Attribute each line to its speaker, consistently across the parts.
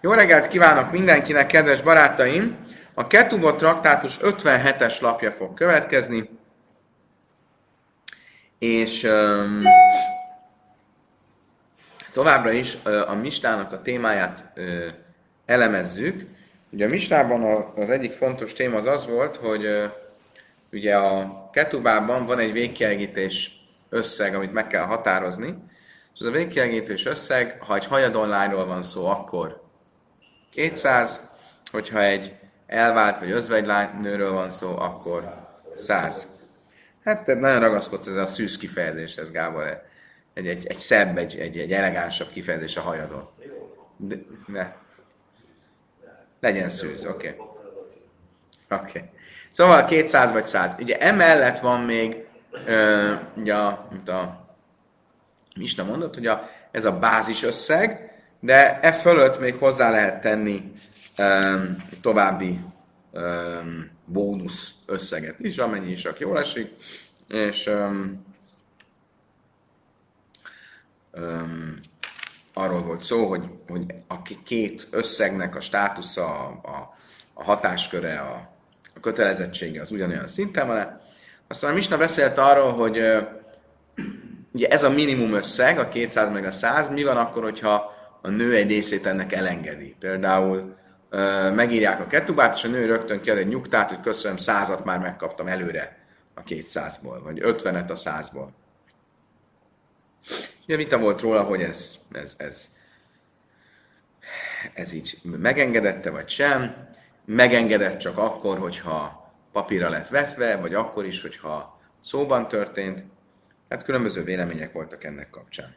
Speaker 1: Jó reggelt kívánok mindenkinek, kedves barátaim! A Ketubot traktátus 57-es lapja fog következni, és továbbra is a Misnának a témáját elemezzük. Ugye a Misnában az egyik fontos téma az volt, hogy ugye a Ketubában van egy végkielégítés összeg, amit meg kell határozni, és az a végkielégítés összeg, ha egy hajadonlányról van szó, akkor 200, hogyha egy elvált vagy özvegylánynőről van szó, akkor 100. Hát te nagyon ragaszkodsz ez a szűz kifejezéshez, Gábor. Egy szebb, egy elegánsabb kifejezés a hajadon. Ne. Legyen szűz, oké. Okay. Szóval 200 vagy 100. Ugye emellett van még, ugye, mint a Misna mondott, hogy ez a bázis összeg, de e fölött még hozzá lehet tenni további bónusz összeget is, amennyi is csak jól esik, és arról volt szó, hogy a két összegnek a státusza, a hatásköre, a kötelezettsége az ugyanolyan szinten van. Aztán a Misna beszélt arról, hogy ugye ez a minimum összeg, a 200 meg a 100, mi van akkor, hogyha a nő egy részét ennek elengedi. Például megírják a ketubát, és a nő rögtön kiad egy nyugtát, hogy köszönöm, 100-at már megkaptam előre a 200-ból, vagy 50-et a 100-ból. Ugye vita volt róla, hogy ez így megengedette, vagy sem. Megengedett csak akkor, hogyha papírra lett vetve, vagy akkor is, hogyha szóban történt. Hát különböző vélemények voltak ennek kapcsán.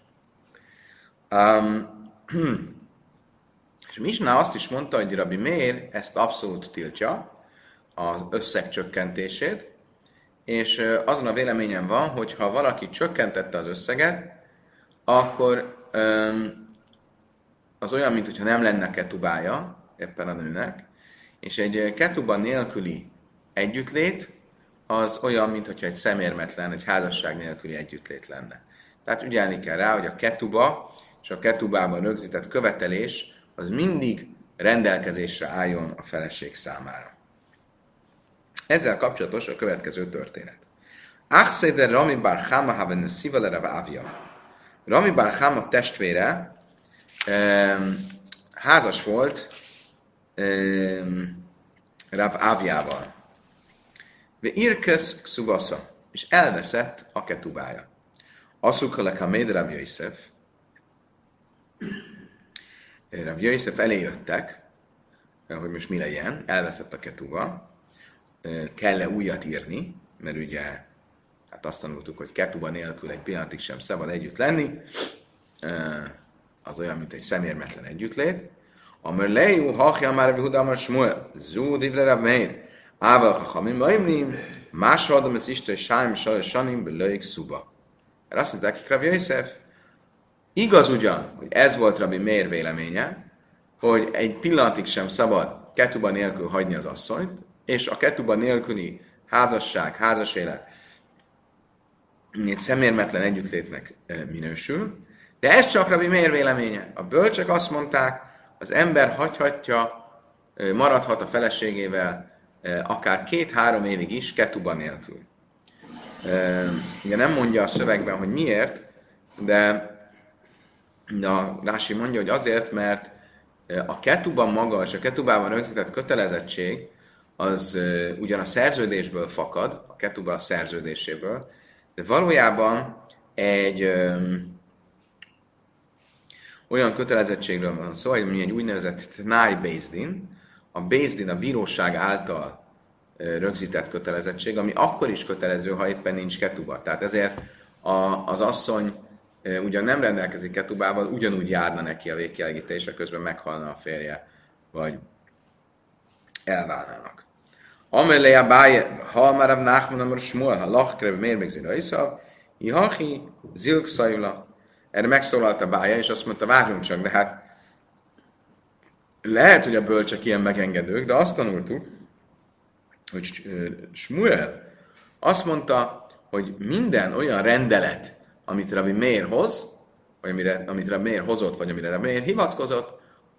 Speaker 1: És Misna azt is mondta, hogy Rabbi Meir ezt abszolút tiltja, az összeg csökkentését, és azon a véleményen van, hogy ha valaki csökkentette az összeget, akkor az olyan, mintha nem lenne ketubája éppen a nőnek, és egy ketuba nélküli együttlét az olyan, mintha egy szemérmetlen, egy házasság nélküli együttlét lenne. Tehát ügyelni kell rá, hogy a ketuba és a ketubában rögzített követelés az mindig rendelkezésre álljon a feleség számára. Ezzel kapcsolatos a következő történet. Achszeder Rami bar Chama haben szivale Rav Avia. Rami bar Chama testvére házas volt Rav Aviával. Ve irkesz xubasza, és elveszett a ketubája. Aszukhalek a méd Rav Yosef. Rav Yosef elé jöttek, hogy most mi legyen, elveszett a ketuba, kell-e újat írni, mert ugye hát azt tanultuk, hogy ketuba nélkül egy pillanatig sem szabad együtt lenni, az olyan, mint egy szemérmetlen együttlét. Amör lejú, hachja már vihudamar Shmuel, zú divre Rav Meir, ával hachamim baimnim, más hadom ez Isten sájm sanim belőjük szuba. Mert azt mondták, hogy Rav Yosef, igaz ugyan, hogy ez volt Rabbi Meir véleménye, hogy egy pillanatig sem szabad ketuba nélkül hagyni az asszonyt, és a ketuba nélküli házasság, házas élet egy szemérmetlen együttlétnek minősül, de ez csak Rabbi Meir véleménye. A bölcsek azt mondták, az ember hagyhatja, maradhat a feleségével akár 2-3 évig is ketuba nélkül. Ugye nem mondja a szövegben, hogy miért, de a Rási mondja, hogy azért, mert a ketuban maga és a ketubában rögzített kötelezettség az ugyan a szerződésből fakad, a ketuba szerződéséből, de valójában egy olyan kötelezettségről van szó, hogy egy úgynevezett Tnai Bézdin, a Bézdin a bíróság által rögzített kötelezettség, ami akkor is kötelező, ha éppen nincs ketuba. Tehát ezért az asszony ugyan nem rendelkezik ketubával, ugyanúgy járna neki a végkielégítésre, közben meghalna a férje, vagy elválnának. Amelé a báje, ha már a Nachman amor Shmuel, ha lachkrebe mérmégzén rajszav, ihachi zilk szajula. Erre megszólalt a bája, és azt mondta, várjunk csak, de hát lehet, hogy a bölcsek ilyen megengedők, de azt tanultuk, hogy Shmuel azt mondta, hogy minden olyan rendelet, amit Rabbi Meir hoz, vagy amit Rabbi Meir hozott, vagy amire Rabbi Meir hivatkozott,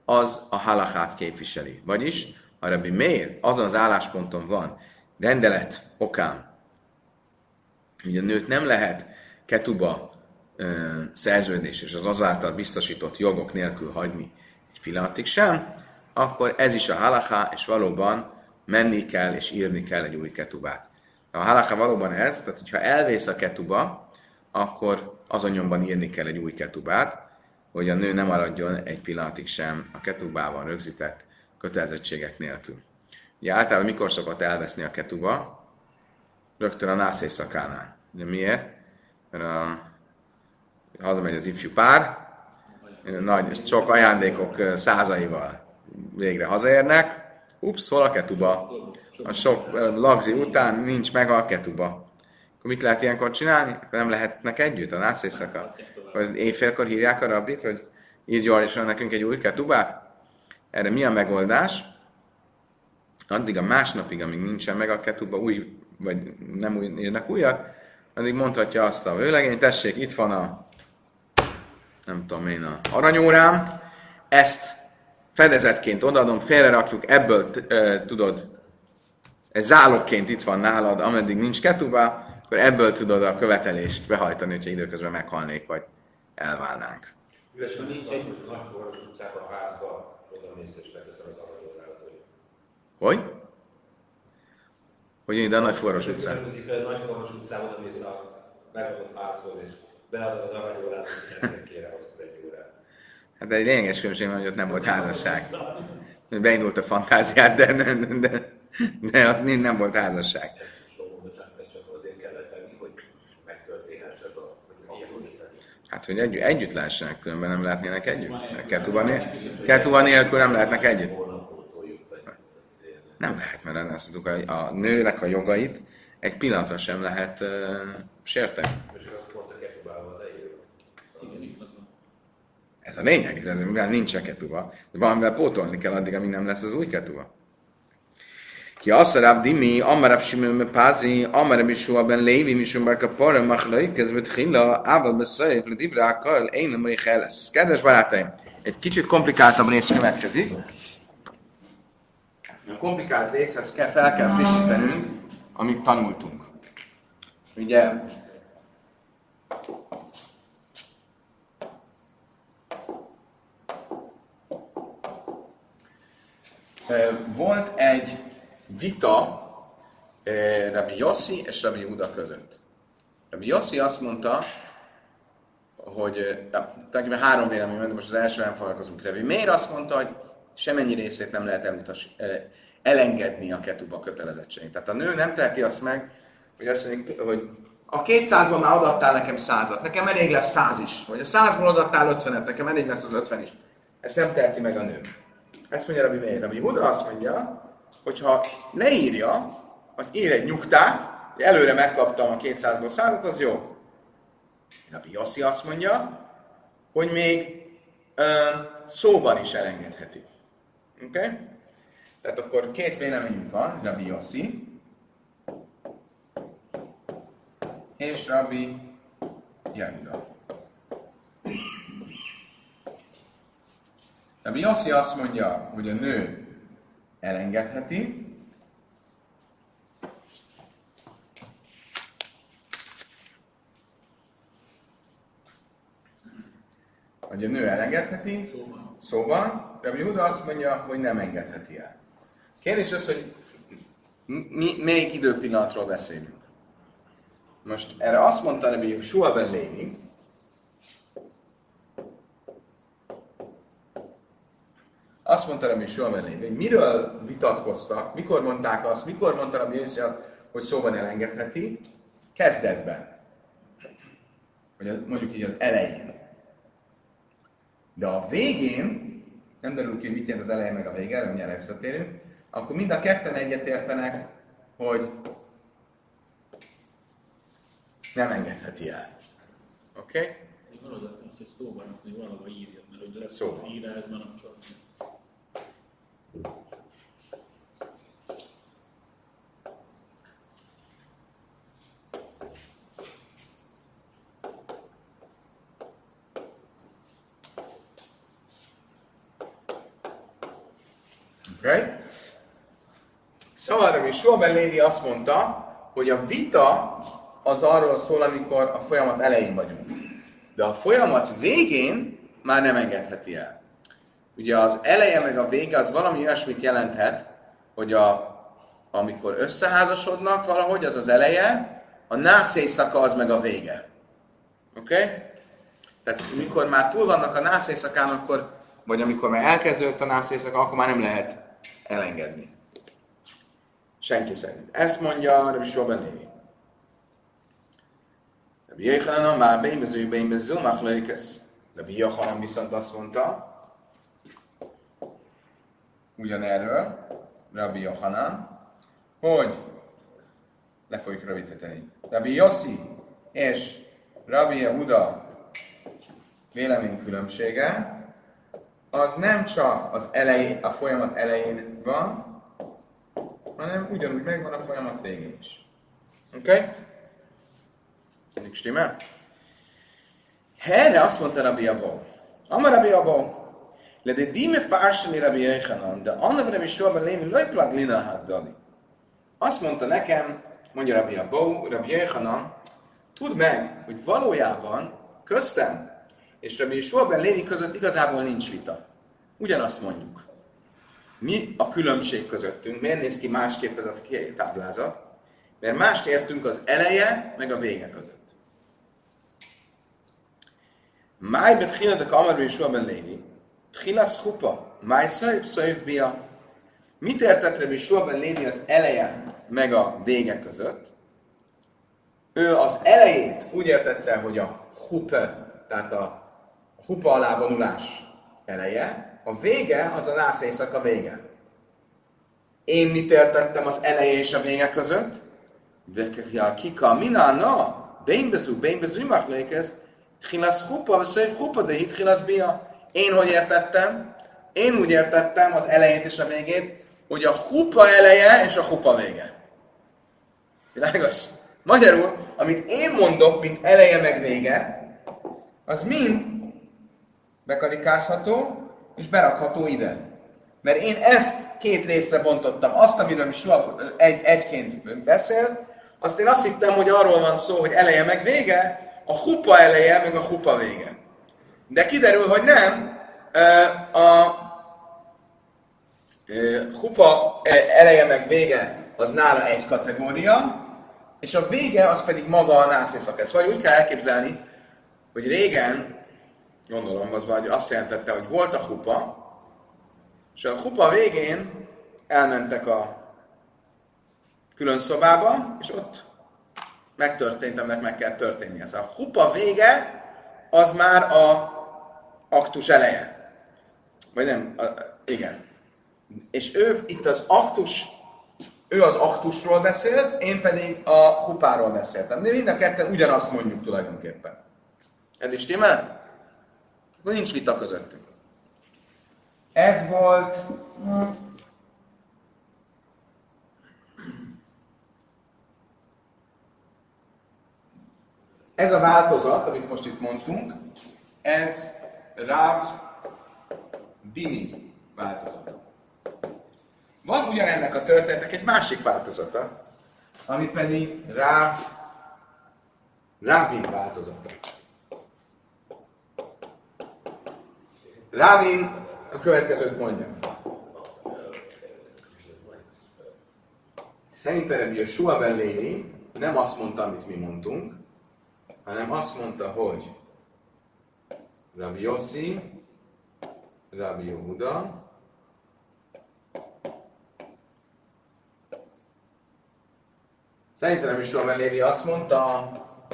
Speaker 1: az a halachát képviseli. Vagyis a Rabbi Meir azon az állásponton van, rendelet okán, hogy a nőt nem lehet ketuba szerződés és az azáltal biztosított jogok nélkül hagyni egy pillanatig sem, akkor ez is a halacha, és valóban menni kell és írni kell egy új ketubát. A halacha valóban ez, tehát hogyha elvész a ketuba, akkor azon nyomban írni kell egy új ketubát, hogy a nő nem maradjon egy pillanatig sem a ketubában rögzített kötelezettségek nélkül. Ugye általában mikor szokott elveszni a ketuba? Rögtön a nász éjszakánál. Ugye miért? Mert hazamegy az ifjú pár, nagy, sok ajándékok százaival végre hazaérnek, hol a ketuba? A sok lagzi után nincs meg a ketuba. Akkor mit lehet ilyenkor csinálni? Akkor nem lehetnek együtt a nász éjszaka? Vagy éjfélkor hívják a rabbit, hogy írjon is nekünk egy új ketubát? Erre mi a megoldás? Addig a másnapig, amíg nincsen meg a ketuba, új, vagy nem új, írnak újat, addig mondhatja azt a vőlegény, tessék, itt van a, nem tudom én, a aranyórám, ezt fedezetként odaadom, félrerakjuk, ebből tudod, ez zálogként itt van nálad, ameddig nincs ketuba, akkor ebből tudod a követelést behajtani, hogyha időközben meghalnék, vagy elválnánk.
Speaker 2: Ülesen nincs egy nagy forrós utcában a házba, oda mész és beteszem az aranyórára,
Speaker 1: hogy? Hogy ide a nagy forrós utcán?
Speaker 2: Nagy forrós utcában oda mész a megadott házhoz, és beadod az aranyórát, hogy ezt kére hoztad egy órát.
Speaker 1: Hát egy lényeges különbség van, hogy ott nem volt házasság. Beindult a fantáziát, de nem volt házasság.
Speaker 2: Ez csak azért kellett tenni, hogy megtörténhesse
Speaker 1: Hát, hogy együtt lássanak, különben nem lehetnének együtt. Ketuba nélkül nem lehetnek együtt. Nem lehet, mert azt mondjuk, a nőnek a jogait egy pillanatra sem lehet sérteni. Ez a lényeg, ez, mivel nincs a ketuba, de valamivel pótolni kell addig, amíg nem lesz az új ketuba. Ki asszarab dimi, amarab simőme pázi, amarab isua ben lévi, misum barka para, machlai, kezdve hilla, ával beszél, ledibra akar, én nem vagy lesz. Kedves barátaim, egy kicsit komplikáltabb rész következik. A komplikált részhez fel kell frissítenünk, amit tanultunk. Ugye, volt egy vita Rabbi Yossi és Rabbi Huda között. Rabbi Yossi azt mondta, hogy tulajdonképpen három vélemény van, de most az elsővel foglalkozunk. Rabbi Meir azt mondta, hogy semennyi részét nem lehet elengedni a ketuba kötelezettségét. Tehát a nő nem teheti azt meg, hogy azt mondja, hogy a 200-ból már adattál nekem 100-at, nekem elég lesz 100 is. Vagy a 100-ból adattál 50-et, nekem elég lesz az 50 is. Ezt nem teheti meg a nő. Ezt mondja Rabbi Meir. Rabbi Huda azt mondja, hogyha leírja, vagy ír egy nyugtát, hogy előre megkaptam a 200-ból 100-at, az jó. Rabbi Yossi azt mondja, hogy még szóban is elengedheti. Oké? Okay? Tehát akkor két véleményünk van, Rabbi Yossi és Rabbi Yehuda. Rabbi Yossi azt mondja, hogy a nő elengedheti, hogy a nő elengedheti, szóval Rabbi Yehuda azt mondja, hogy nem engedheti el. Kérdés az, hogy melyik időpillanatról beszélünk. Most erre azt mondta Rabbi Yeshua ben Lévi, azt mondta Rabbi Yeshua ben Lévi, hogy miről vitatkoztak, mikor mondták azt, mikor mondta Rabbi Yossi azt, hogy szóban elengedheti, kezdetben. Vagy mondjuk így az elején. De a végén, nem derül ki, hogy mit jelent az elején meg a vége, erre mindjárt visszatérünk, akkor mind a ketten egyetértenek, hogy nem engedheti el. Oké? Okay?
Speaker 3: Valahogy azt, hogy szóban azt még valahol írja, mert hogy lesz
Speaker 1: szóban.
Speaker 3: Írásban nem csak.
Speaker 1: Okay? Szóval Rabbi Yeshua ben Lévi azt mondta, hogy a vita az arról szól, amikor a folyamat elején vagyunk. De a folyamat végén már nem engedheti el. Ugye az eleje meg a vége az valami olyasmit jelenthet, hogy amikor összeházasodnak valahogy, az az eleje, a nász éjszaka az meg a vége. Oké? Okay? Tehát amikor már túl vannak a nász éjszakán, akkor, vagy amikor már elkezdődött a nász éjszaka, akkor már nem lehet elengedni. Senki szerint. Ezt mondja Rabbi Yeshua ben Lévi. Rabbi Yochanan már beinbező machlokes. Rabbi Yochanan viszont azt mondta, ugyanerről, Rabbi Yochanan, hogy le fogjuk rövidíteni. Rabbi Yossi és Rabbi Yehuda véleménykülönbsége az nem csak az elején, a folyamat elején van, hanem ugyanúgy megvan a folyamat végén is. Oké? Okay? Ennek stimmel? Erre azt mondta Rabbi Abba. Amar Rabbi Abba, le de dime fársani Rabbi Yochanan, de annak Rabbi Yeshua ben Lévi lojplag lina haddali. Azt mondta nekem, mondja Rabbi Abba, Rabbi Yochanan, tudd meg, hogy valójában köztem és Rabbi Yeshua ben Lévi között igazából nincs vita. Ugyanazt mondjuk. Mi a különbség közöttünk? Miért néz ki másképp ez a táblázat? Mert mást értünk az eleje meg a vége között. Máj betchiladek amar Rabbi Yeshua ben Lévi, tchilasz chupa, máj szöjv bia. Mit értett Rabbi Yeshua ben Lévi az eleje meg a vége között? Ő az elejét úgy értette, hogy a chupa, tehát a hupa alá vonulás eleje, a vége az a nász éjszaka vége. Én mit értettem az eleje és a vége között? De kika minana, beinbezú machlokes, tchilasz hupa, szöjv hupa, de hit tchilasz bia. Én hogy értettem? Én úgy értettem az elejét és a végét, hogy a hupa eleje és a hupa vége. Világos? Magyarul, amit én mondok, mint eleje meg vége, az mind bekarikázható és berakható ide. Mert én ezt két részre bontottam. Azt, amiről is egyként beszél, azt én azt hittem, hogy arról van szó, hogy eleje meg vége, a hupa eleje meg a hupa vége. De kiderül, hogy nem. A hupa eleje meg vége az nála egy kategória, és a vége az pedig maga a nász éjszaka. Szóval úgy kell elképzelni, hogy régen, gondolom, az vagy azt jelentette, hogy volt a hupa, és a hupa végén elmentek a külön szobába, és ott megtörtént, aminek meg kell történnie. Ez a hupa vége, az már a aktus eleje. Vagy nem, igen. És ő itt az aktus, ő az aktusról beszélt, én pedig a hupáról beszéltem. De mind a ketten ugyanazt mondjuk tulajdonképpen. Eddig stimmel? Akkor nincs vita közöttünk. Ez volt... Ez a változat, amit most itt mondtunk, ez Rav Dini változata. Van ugyanennek a történetnek egy másik változata, ami pedig Ravin változata. Ravin a következőt mondja. Szerintem Rabbi Yeshua ben Lévi nem azt mondta, amit mi mondtunk, hanem azt mondta, hogy Rabbi Yossi, Rabbi Yehuda, szerintem Rabbi Yeshua ben Lévi azt mondta,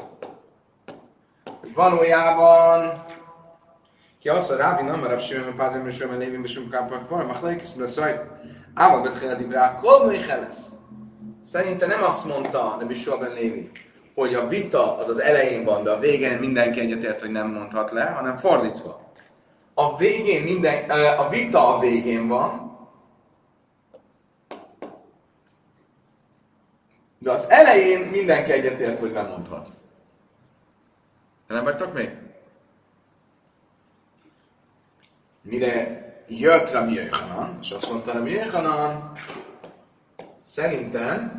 Speaker 1: hogy valójában ki azt a Rábi nem marab Simon Pázim és Simon Lévin és Simon Kápák van, machlokes de szajt, ával betchiladim rá, kolmai helesz. Szerintem nem azt mondta Rabbi Yeshua ben Lévi, hogy a vita az elején van, de a végén mindenki egyetért, hogy nem mondhat le, hanem fordítva. A vita a végén van, de az elején mindenki egyetért, hogy nem mondhat. De nem vagytok még? Mire jött Rabbi Yochanan, és azt mondta Rabbi Yochanan, szerintem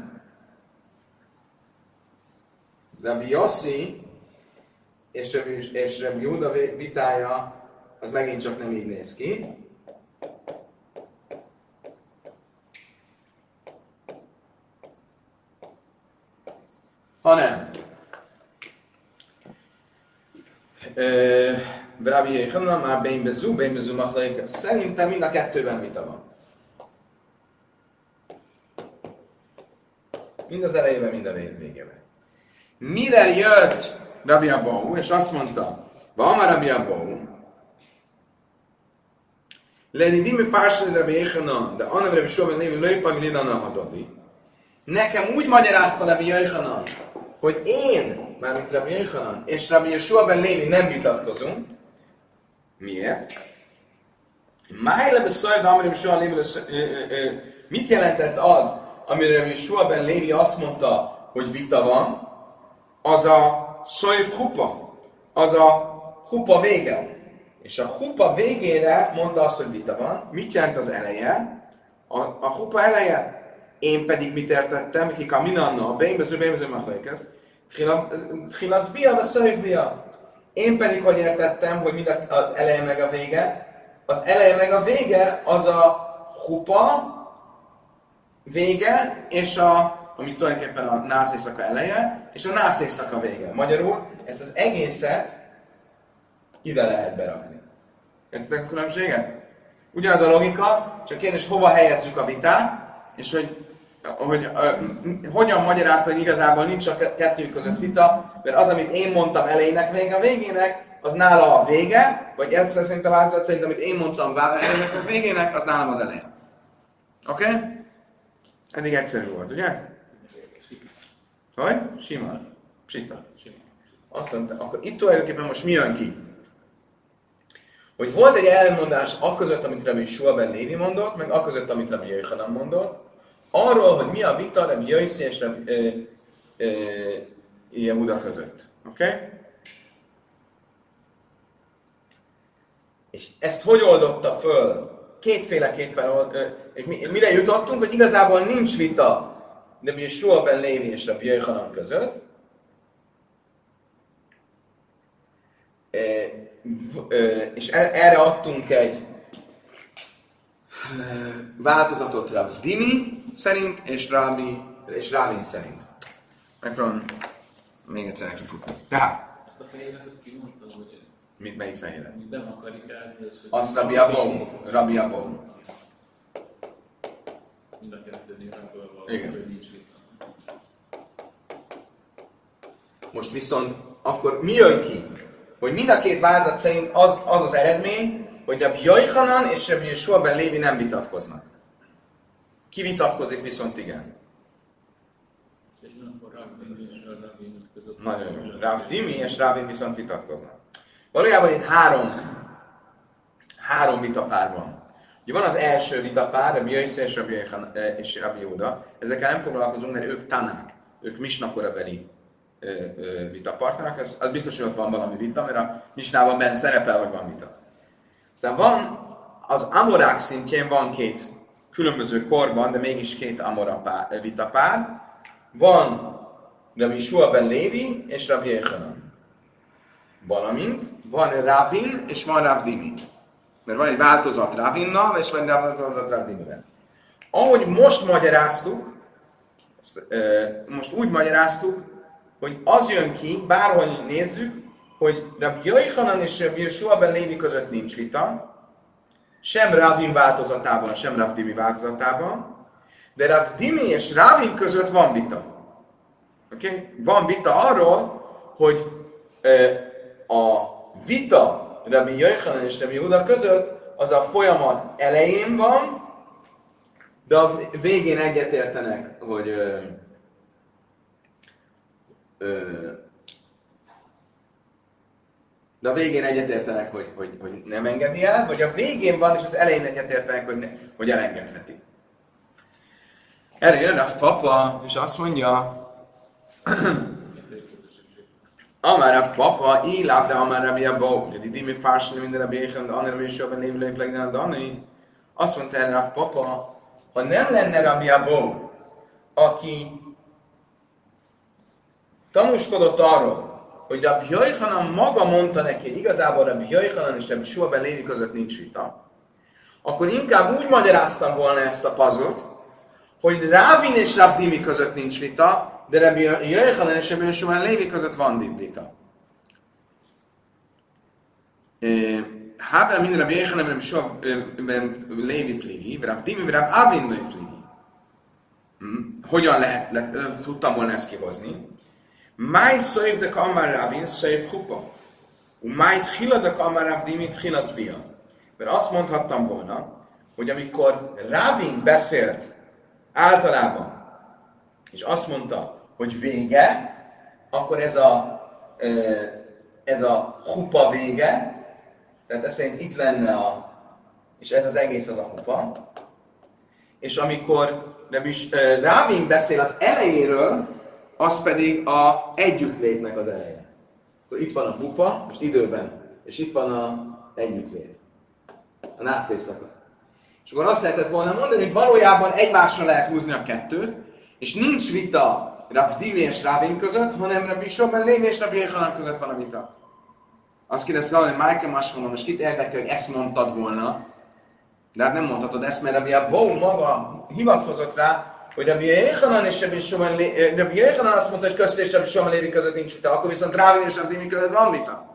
Speaker 1: Rabbi Yossi és Rabbi Júda vitája az megint csak nem így néz ki. Hanem Rabbi Yochanan már Beinbezu Machlekes. Szerintem mind a kettőben vita van. Mind az elejében, mind a végében. Mire jött Rabbi Abahu, és azt mondta, Vama Rabbi Abahu, Lenidimi fársani Rabbi Yochanan, de Anna Rabbi Shua ben Levi Lőpag Lidana Hadadi. Nekem úgy magyarázta Rabbi Yochanan, hogy én, mármint Rabbi Yochanan, és Rabbi Shua ben Levi nem vitatkozunk. Miért? Májlebe szajda, Rabbi Shua ben Levi, mit jelentett az, amire Rabbi Shua ben Levi azt mondta, hogy vita van? Az a szajf hupa, az a hupa vége. És a hupa végére mondta azt, hogy vita van. Mit jelent az eleje? A hupa eleje. Én pedig mit értettem? Kika minanna, a beinbező machlekes. Tchilasz bia, a szajf bia. Én pedig hogy értettem, hogy mind az eleje meg a vége? Az eleje meg a vége az a hupa vége, és ami tulajdonképpen a nász éjszaka eleje, és a nász éjszaka vége. Magyarul ezt az egészet ide lehet berakni. Értitek a különbséget? Ugyanaz a logika, csak kérdés, hova helyezzük a vitát, és hogy hogyan magyarázta, hogy igazából nincs a kettő között vita, mert az, amit én mondtam elejének, vége a végének, az nála a vége, vagy ez szerint a változat szerint, amit én mondtam elejének, a végének, az nálam az eleje. Oké? Okay? Eddig egyszerű volt, ugye? Hogy? Sima. Psita. Azt mondta, akkor itt tulajdonképpen most mi jön ki? Hogy volt egy ellenmondás aközött, amit Rabbi Shua ben Levi mondott, meg aközött, amit Rabbi Yochanan mondott, arról, hogy mi a vita Rabbi Yossi és Rabbi Yehuda között. Oké? Okay? És ezt hogy oldotta föl? Kétféleképpen és mire jutottunk, hogy igazából nincs vita Rabbi Shua ben Levi és Rabbi Yochanan között. És erre adtunk egy változatot Rav Dimi szerint és Rávin szerint. Megpróbálom még egyszer neki futni. Tehát.
Speaker 3: Ezt a fehéret, ezt kimondtad, hogy...
Speaker 1: Melyik fehéret?
Speaker 3: Amit nem akarikázni, és...
Speaker 1: Azt Rabbi Abahu.
Speaker 3: Mind a kettőnél ebből való, hogy nincs vita.
Speaker 1: Most viszont akkor mi jön ki? Hogy mind a két változat szerint az eredmény, hogy Rabbi Yochanan és Rabbi Shua ben Levi nem vitatkoznak. Ki vitatkozik viszont igen? Nagyon jó. Rav Dimi és Rávin viszont vitatkoznak. Valójában itt három vitapár van. Ugye van az első vitapár, Rabbi Yossi és Rabbi Júda. Ezekkel nem foglalkozunk, mert ők tanák. Ők misnakorabeli vitapartnerek. Az biztos, hogy ott van valami vita, mert a misnában benne szerepel, hogy van vita. Aztán van az amorák szintjén van két különböző korban, de mégis két amora vitapár. Van Rabbi Shua ben Levi és Rabbi Yochanan. Valamint van Rávin és van Rav Dimi. Mert van egy változat Rávinnal, és van egy változat Rav Dimivel. Ahogy most úgy magyaráztuk, hogy az jön ki, bárhogy nézzük, hogy Rabbi Yochanan és Rabbi Shua ben Levi között nincs vita, sem Rávin változatában, sem Rav Dimi változatában, de Rav Dimi és Rávin között van vita. Okay? Van vita arról, hogy a vita Rabbi Yochanan és Rabbi Júda között az a folyamat elején van, de a végén egyetértenek, hogy de a végén egyetértenek, hogy nem engedi el, vagy a végén van, és az elején egyetértenek, hogy elengedheti. Erre jön a papa, és azt mondja, Amar Rav Papa, Ilab de Amar Rabbi Abahu, Dimi Fársni minden Rabbi Yochanan, de Anna Rabbi Shua ben Levi Lőplegnen, de Anna Azt mondta erre a papa, ha nem lenne Rabbi Abba, aki tanúskodott arról, hogy Rabbi Yochanan maga mondta neki, hogy igazából Rabbi Yochanan és Rabbi Shua ben Lévi között nincs vita, akkor inkább úgy magyaráztam volna ezt a puzzle-t, hogy Rávin és Rav Dimi között nincs vita, de Rabbi Yochanan és Rabbi Shua ben Lévi között van vita. Hábel mind Rabbi Yochanan Rabbi Shua ben Lévi pligi, Rav Dimi Rav Avin pligi. Hogyan tudtam volna ezt kihozni? Máj szöjv de kamar Ravin, szöjv hupa. Máj tchila de kamar Rav Dimi, tchila zbia. Mert azt mondhattam volna, hogy amikor Ravin beszélt általában, és azt mondta, hogy vége, akkor ez a hupa vége, tehát ez szerint itt lenne és ez az egész az a hupa. És amikor Ravin beszél az elejéről, az pedig a együttlétnek az eleje. Akkor itt van a hupa, most időben, és itt van a együttlét. A nászészaka. És akkor azt lehetett volna mondani, hogy valójában egymásra lehet húzni a kettőt, és nincs vita Rav Dimi és Ravin között, hanem Rabbi Shua ben Lévi és Rabbi Yochanan között van a vita. Azt kérdezte valami, hogy Michael azt mondom, most kit érdekel, hogy ezt mondtad volna, de hát nem mondhatod ezt, mert Rabbi Abba maga hivatkozott rá, hogy Rabbi Yochanan és Rabbi Shua ben Lévi, Rabbi Yochanan azt mondta, hogy közt és Rabbi Shua ben Lévi között nincs vita, akkor viszont Ravin és Rav Dimi között van vita.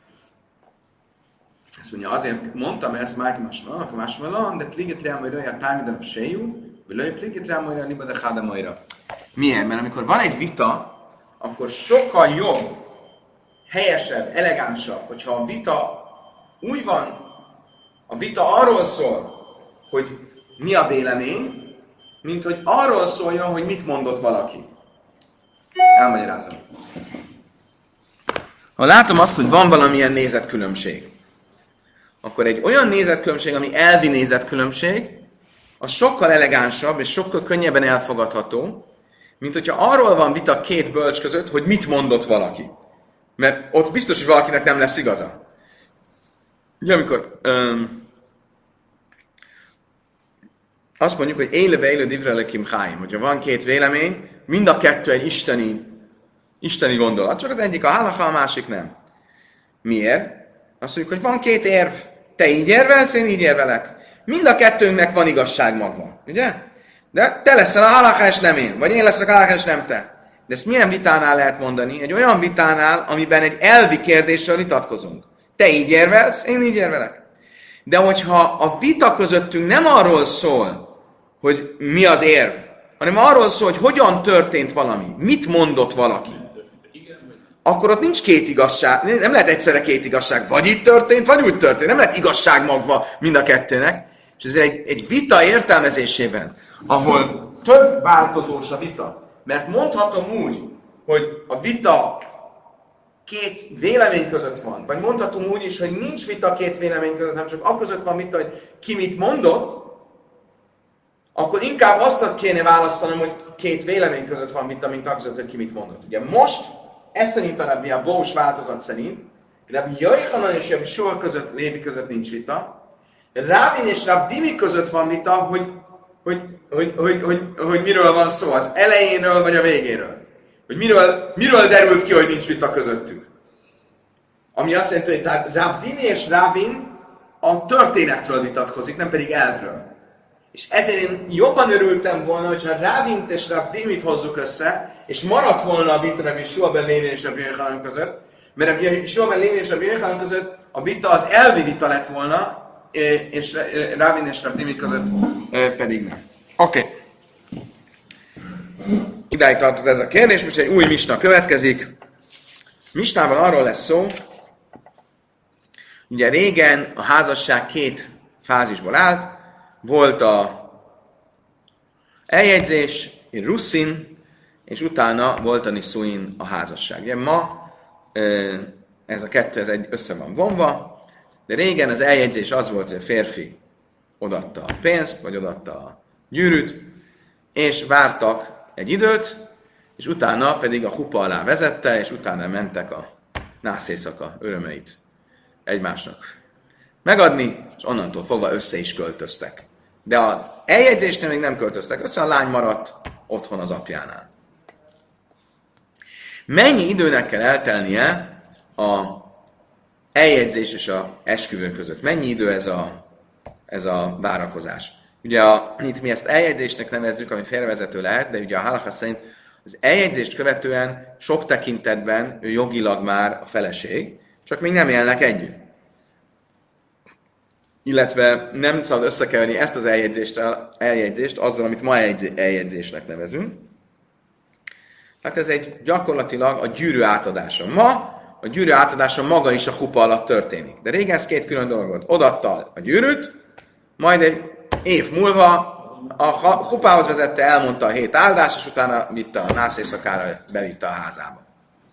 Speaker 1: Ezt mondja, azért mondtam ezt Michael Másmalon, de pligetrea majd olyan tájmidanak séjú, vagy pligetrea majd olyan libada hádamaira. Miért? Mert amikor van egy vita, akkor sokkal jobb, helyesebb, elegánsabb, hogyha a vita úgy van, a vita arról szól, hogy mi a vélemény, mint hogy arról szóljon, hogy mit mondott valaki. Elmagyarázom. Ha látom azt, hogy van valamilyen nézetkülönbség, akkor egy olyan nézetkülönbség, ami elvi nézetkülönbség, az sokkal elegánsabb és sokkal könnyebben elfogadható, mint hogyha arról van vita két bölcs között, hogy mit mondott valaki. Mert ott biztos, hogy valakinek nem lesz igaza. Ugye, amikor azt mondjuk, hogy élő divrelekim háim, hogyha van két vélemény, mind a kettő egy isteni gondolat, csak az egyik a halacha, a másik nem. Miért? Azt mondjuk, hogy van két érv, te így érvelsz, én így érvelek. Mind a kettőnknek van igazság magva, ugye? De te leszel a halacha, és nem én, vagy én leszek a halacha, és nem te. De ezt milyen vitánál lehet mondani? Egy olyan vitánál, amiben egy elvi kérdéssel vitatkozunk. Te így érvelsz, én így érvelek. De hogyha a vita közöttünk nem arról szól, hogy mi az érv, hanem arról szól, hogy hogyan történt valami, mit mondott valaki, akkor ott nincs két igazság, nem lehet egyszerre két igazság, vagy itt történt, vagy úgy történt, nem lehet igazság magva mind a kettőnek. És ezért egy vita értelmezésében, ahol több változós a vita, mert mondhatom úgy, hogy a vita két vélemény között van, vagy mondhatom úgy is, hogy nincs vita két vélemény között, hanem csak akközött van vita, hogy ki mit mondott, akkor inkább azt kéne választanom, hogy két vélemény között van vita, mint akközött, hogy ki mit mondott. Ugye most, ez szerint a Rabbi Abba-s változat szerint, Rabbi Yochanan és Rabbi Shua között, Lévi között nincs vita, Ravin és Rav Dimi között van vita, hogy miről van szó, az elejéről vagy a végéről. Hogy miről derült ki, hogy nincs vita közöttük. Ami azt jelenti, hogy Rav Dimi és Ravin a történetről vitatkozik, nem pedig elvről. És ezért én jobban örültem volna, hogyha Ravint és Rav Dimit hozzuk össze, és maradt volna a vita Rabbi Shua ben Lévi és Rabbi Yochanan között, mert Rabbi Shua ben Lévi és Rabbi Yochanan között a vita az elvi vita lett volna, és Ravin és Rav Dimi között pedig nem. Oké. Idáig tartott ez a kérdés, most egy új misna következik. Misnában arról lesz szó, ugye régen a házasság két fázisból állt, volt a eljegyzés, russzin, és utána volt a niszuin, a házasság. Ugye ma ez a kettő össze van vonva, de régen az eljegyzés az volt, hogy a férfi odaadta a pénzt, vagy odaadta a gyűrűt, és vártak egy időt, és utána pedig a hupa alá vezette, és utána mentek a nászészaka örömeit egymásnak megadni, és onnantól fogva össze is költöztek. De az eljegyzésnél még nem költöztek össze, a lány maradt otthon az apjánál. Mennyi időnek kell eltelnie a eljegyzés és a esküvő között? Mennyi idő ez a várakozás? Ugye itt mi ezt eljegyzésnek nevezzük, ami félrevezető lehet, de ugye a halacha szerint az eljegyzést követően sok tekintetben ő jogilag már a feleség, csak még nem élnek együtt. Illetve nem szabad összekeverni ezt az eljegyzést azzal, amit ma eljegyzésnek nevezünk. Tehát ez egy gyakorlatilag a gyűrű átadása. Ma a gyűrű átadása maga is a hupa alatt történik. De régen ez két külön dolog volt. Odatta a gyűrűt, majd egy év múlva a hupához vezette, elmondta a 7 áldást, és utána vitte a nász éjszakára, bevitte a házába.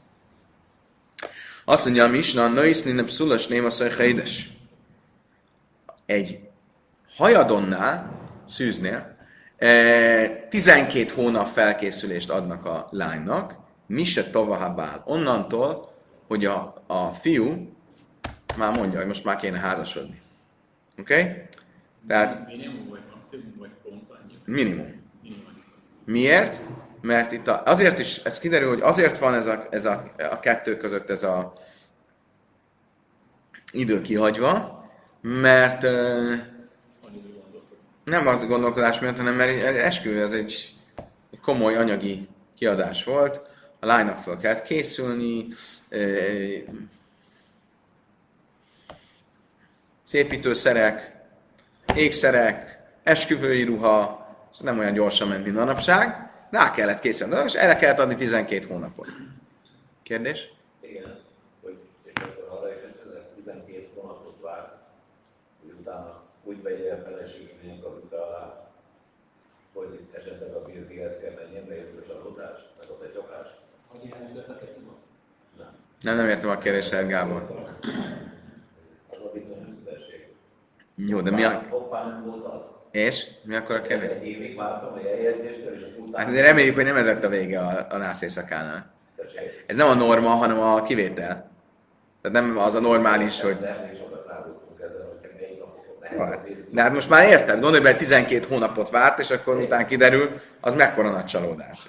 Speaker 1: Azt mondja a Misna, nöjszni nem szulas néma szajhaides. Egy hajadonnál, szűznél, 12 hónap felkészülést adnak a lánynak, mi se tovahabál. Onnantól, hogy a fiú már mondja, hogy most már kéne házasodni. Oké? Okay? Tehát
Speaker 3: Minimum vagy maximum, vagy pont annyi?
Speaker 1: minimum. Miért? Mert itt azért is, ez kiderül, hogy azért van ez a kettő között ez a idő kihagyva, mert nem az gondolkodás miatt, hanem mert esküvő az egy komoly anyagi kiadás volt, a lánynak fel kellett készülni, szépítőszerek, ékszerek, esküvői ruha, nem olyan gyorsan ment, mint manapság, rá kellett készülni, és erre kellett adni 12 hónapot. Kérdés?
Speaker 4: Igen, hogy és akkor arra is esetleg 12 hónapot vár, hogy utána úgy vegye a feleségének a vita alá, hogy esetleg a birkéhez kell menjen, de jött a salotás, meg ott egy csapás.
Speaker 2: Hogy ilyen üzleteket tudom?
Speaker 1: Nem értem a kérdést, Gábor.
Speaker 4: Az a bizonyos.
Speaker 1: Jó, de mi a...
Speaker 4: Hoppá nem volt az.
Speaker 1: És? Mi akkor a kérdés?
Speaker 4: Egy évig vártam a eljegyzéstől, és utána...
Speaker 1: Hát reméljük, hogy nem ez lett a vége a nász éjszakánál. Ez nem a norma, hanem a kivétel. Tehát nem az a normális, hogy...
Speaker 4: Nem, és sokat rábuktunk ezzel, hogy melyik napokon
Speaker 1: De hát most már érted, gondolj be, 12 hónapot várt, és akkor után kiderül, az mekkora nagy csalódás.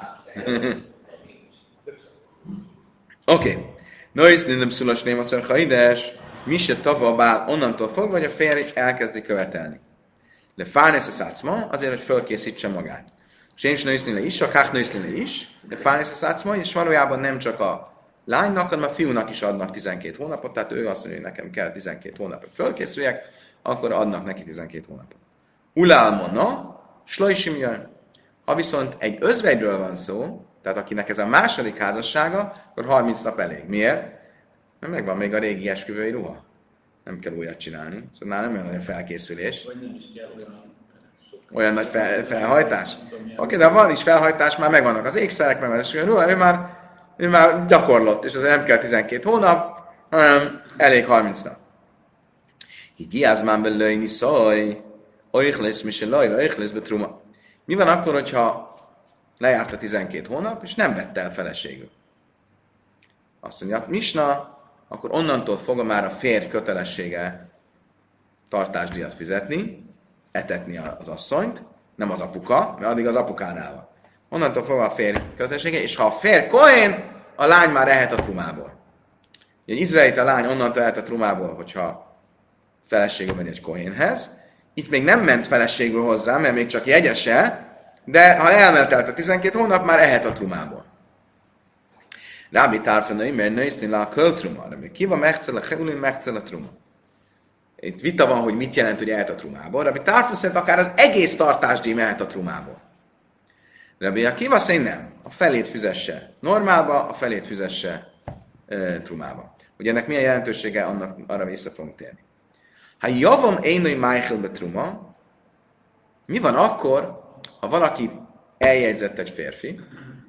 Speaker 1: Oké. Nois nem szulas némaszor haides, mi se tavabál onnantól fogva, hogy a férj elkezdi követelni. De fárnész a szácma, azért, hogy fölkészítse magát. Séms nőszlile is, a kák nőszlile is, de fárnész a szácma, és valójában nem csak a lánynak, hanem a fiúnak is adnak 12 hónapot, tehát ő azt mondja, hogy nekem kell 12 hónapot fölkészüljek, akkor adnak neki 12 hónapot. Ulálmona, slajsim jön. Ha viszont egy özvegyről van szó, tehát akinek ez a második házassága, akkor 30 nap elég. Miért? Mert megvan még a régi esküvői ruha. Nem kell újat csinálni. Szóval nem olyan nagy felkészülés.
Speaker 3: Vagy nem is kell
Speaker 1: Olyan nagy felhajtás? Oké, de van is felhajtás, már megvannak az ékszerek, megvan az esküvői ruha, ő már gyakorlott, és azért nem kell 12 hónap, hanem elég 30 nap. Higiázmán belőni szaj, oichlész miselaj, oichlész betruma. Mi van akkor, hogyha lejárt a 12 hónap, és nem vette el feleségül? Azt mondja, Misna, akkor onnantól fogva már a férj kötelessége tartásdíjat fizetni, etetni az asszonyt, nem az apuka, mert addig az apukánál van. Onnantól fogva a férj kötelessége, és ha a férj kohén, a lány már ehet a trumából. Egy izraelita lány onnantól ehet a trumából, hogyha feleségül megy egy kohénhez. Itt még nem ment feleségül hozzá, mert még csak jegyese, de ha elmentelt a 12 hónap, már ehet a trumából. Rábi tárfanai, mert nőszni le a költruma, de ki van megcel a heulin, megcel a truma. Itt vita van, hogy mit jelent, hogy ehet a trumából. Rábi tárfan szerint akár az egész tartásdíj mehet a trumából. Rábi Akiva szerint nem. A felét fizesse normálba, a felét fizesse trumába. Ugye ennek milyen jelentősége, arra vissza fogunk térni. Ha javom énői májhelbe truma, mi van akkor, ha valaki eljegyzett egy férfi,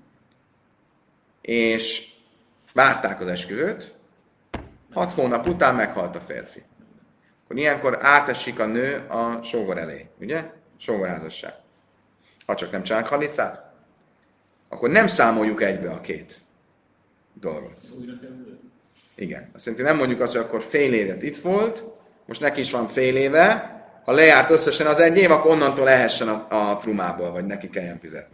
Speaker 1: és várták az esküvőt, 6 hónap után meghalt a férfi. Akkor ilyenkor átesik a nő a sógor elé, ugye? Sógorházasság. Ha csak nem csinálnak halicát, akkor nem számoljuk egybe a két dolgot. Igen. Azt jelenti, nem mondjuk azt, hogy akkor fél évet itt volt, most neki is van fél éve, ha lejárt összesen az 1 év, akkor onnantól lehessen a trumából, vagy neki kelljen fizetni.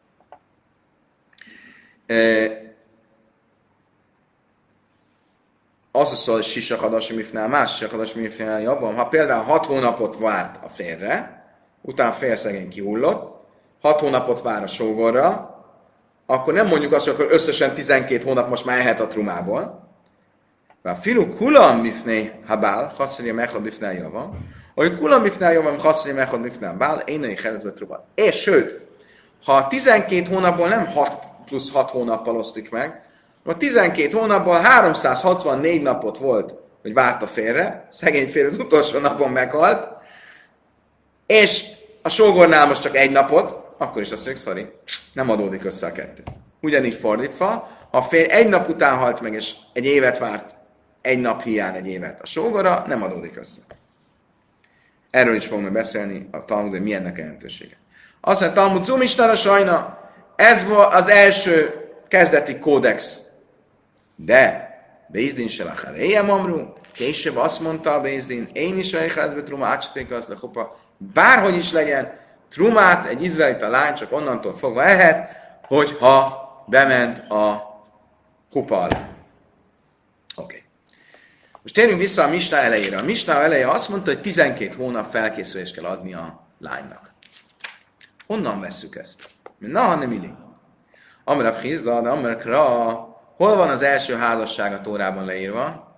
Speaker 1: Az a szó, hogy sisakadasi mifnál, más sisakadasi mifnál jobban. Ha például 6 hónapot várt a férre, utána félszegény kihullott, 6 hónapot vár a sógorra, akkor nem mondjuk azt, hogy akkor összesen 12 hónap most már ehet a trumából. A filu kulam mifné habál, haszolja mechad mifnál javam, hogy kulam mifnál javam, haszolja mechad mifnál bál, énei helezbe truba. És sőt, ha 12 hónapból nem 6 plusz 6 hónappal osztik meg, a 12 hónapból 364 napot volt, hogy várta félre, szegény férj az utolsó napon meghalt, és a sógornál most csak 1 napot, akkor is azt mondjuk, sorry, nem adódik össze a 2. Ugyanígy fordítva, ha a férj 1 nap után halt meg, és 1 évet várt, 1 nap hiány 1 évet a sógora, nem adódik össze. Erről is fogunk beszélni a Talmud, hogy mi ennek a jelentősége. Azt mondja, Talmud Zumistára sajna, ez volt az első kezdeti kódex. De Bézdin se lacharéjem amru, később azt mondta a Bézdin, én is elházbe truma, átsaték az le hopa, bárhogy is legyen, trumát egy izraelita lány csak onnantól fogva ehet, hogyha bement a kupa alá. Oké. Most térjünk vissza a Misna elejére. A Misna eleje azt mondta, hogy 12 hónap felkészülést kell adni a lánynak. Honnan vesszük ezt? Na, nem illik. Amrav Hizda, de Amrav Kra, hol van az első házasság a Tórában leírva?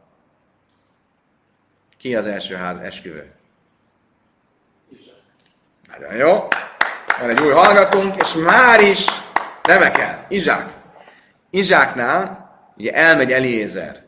Speaker 1: Ki az első esküvő? Nagyon jó. Van egy új hallgatónk, és már is remekel. Izsák. Izsáknál ugye elmegy Eliézer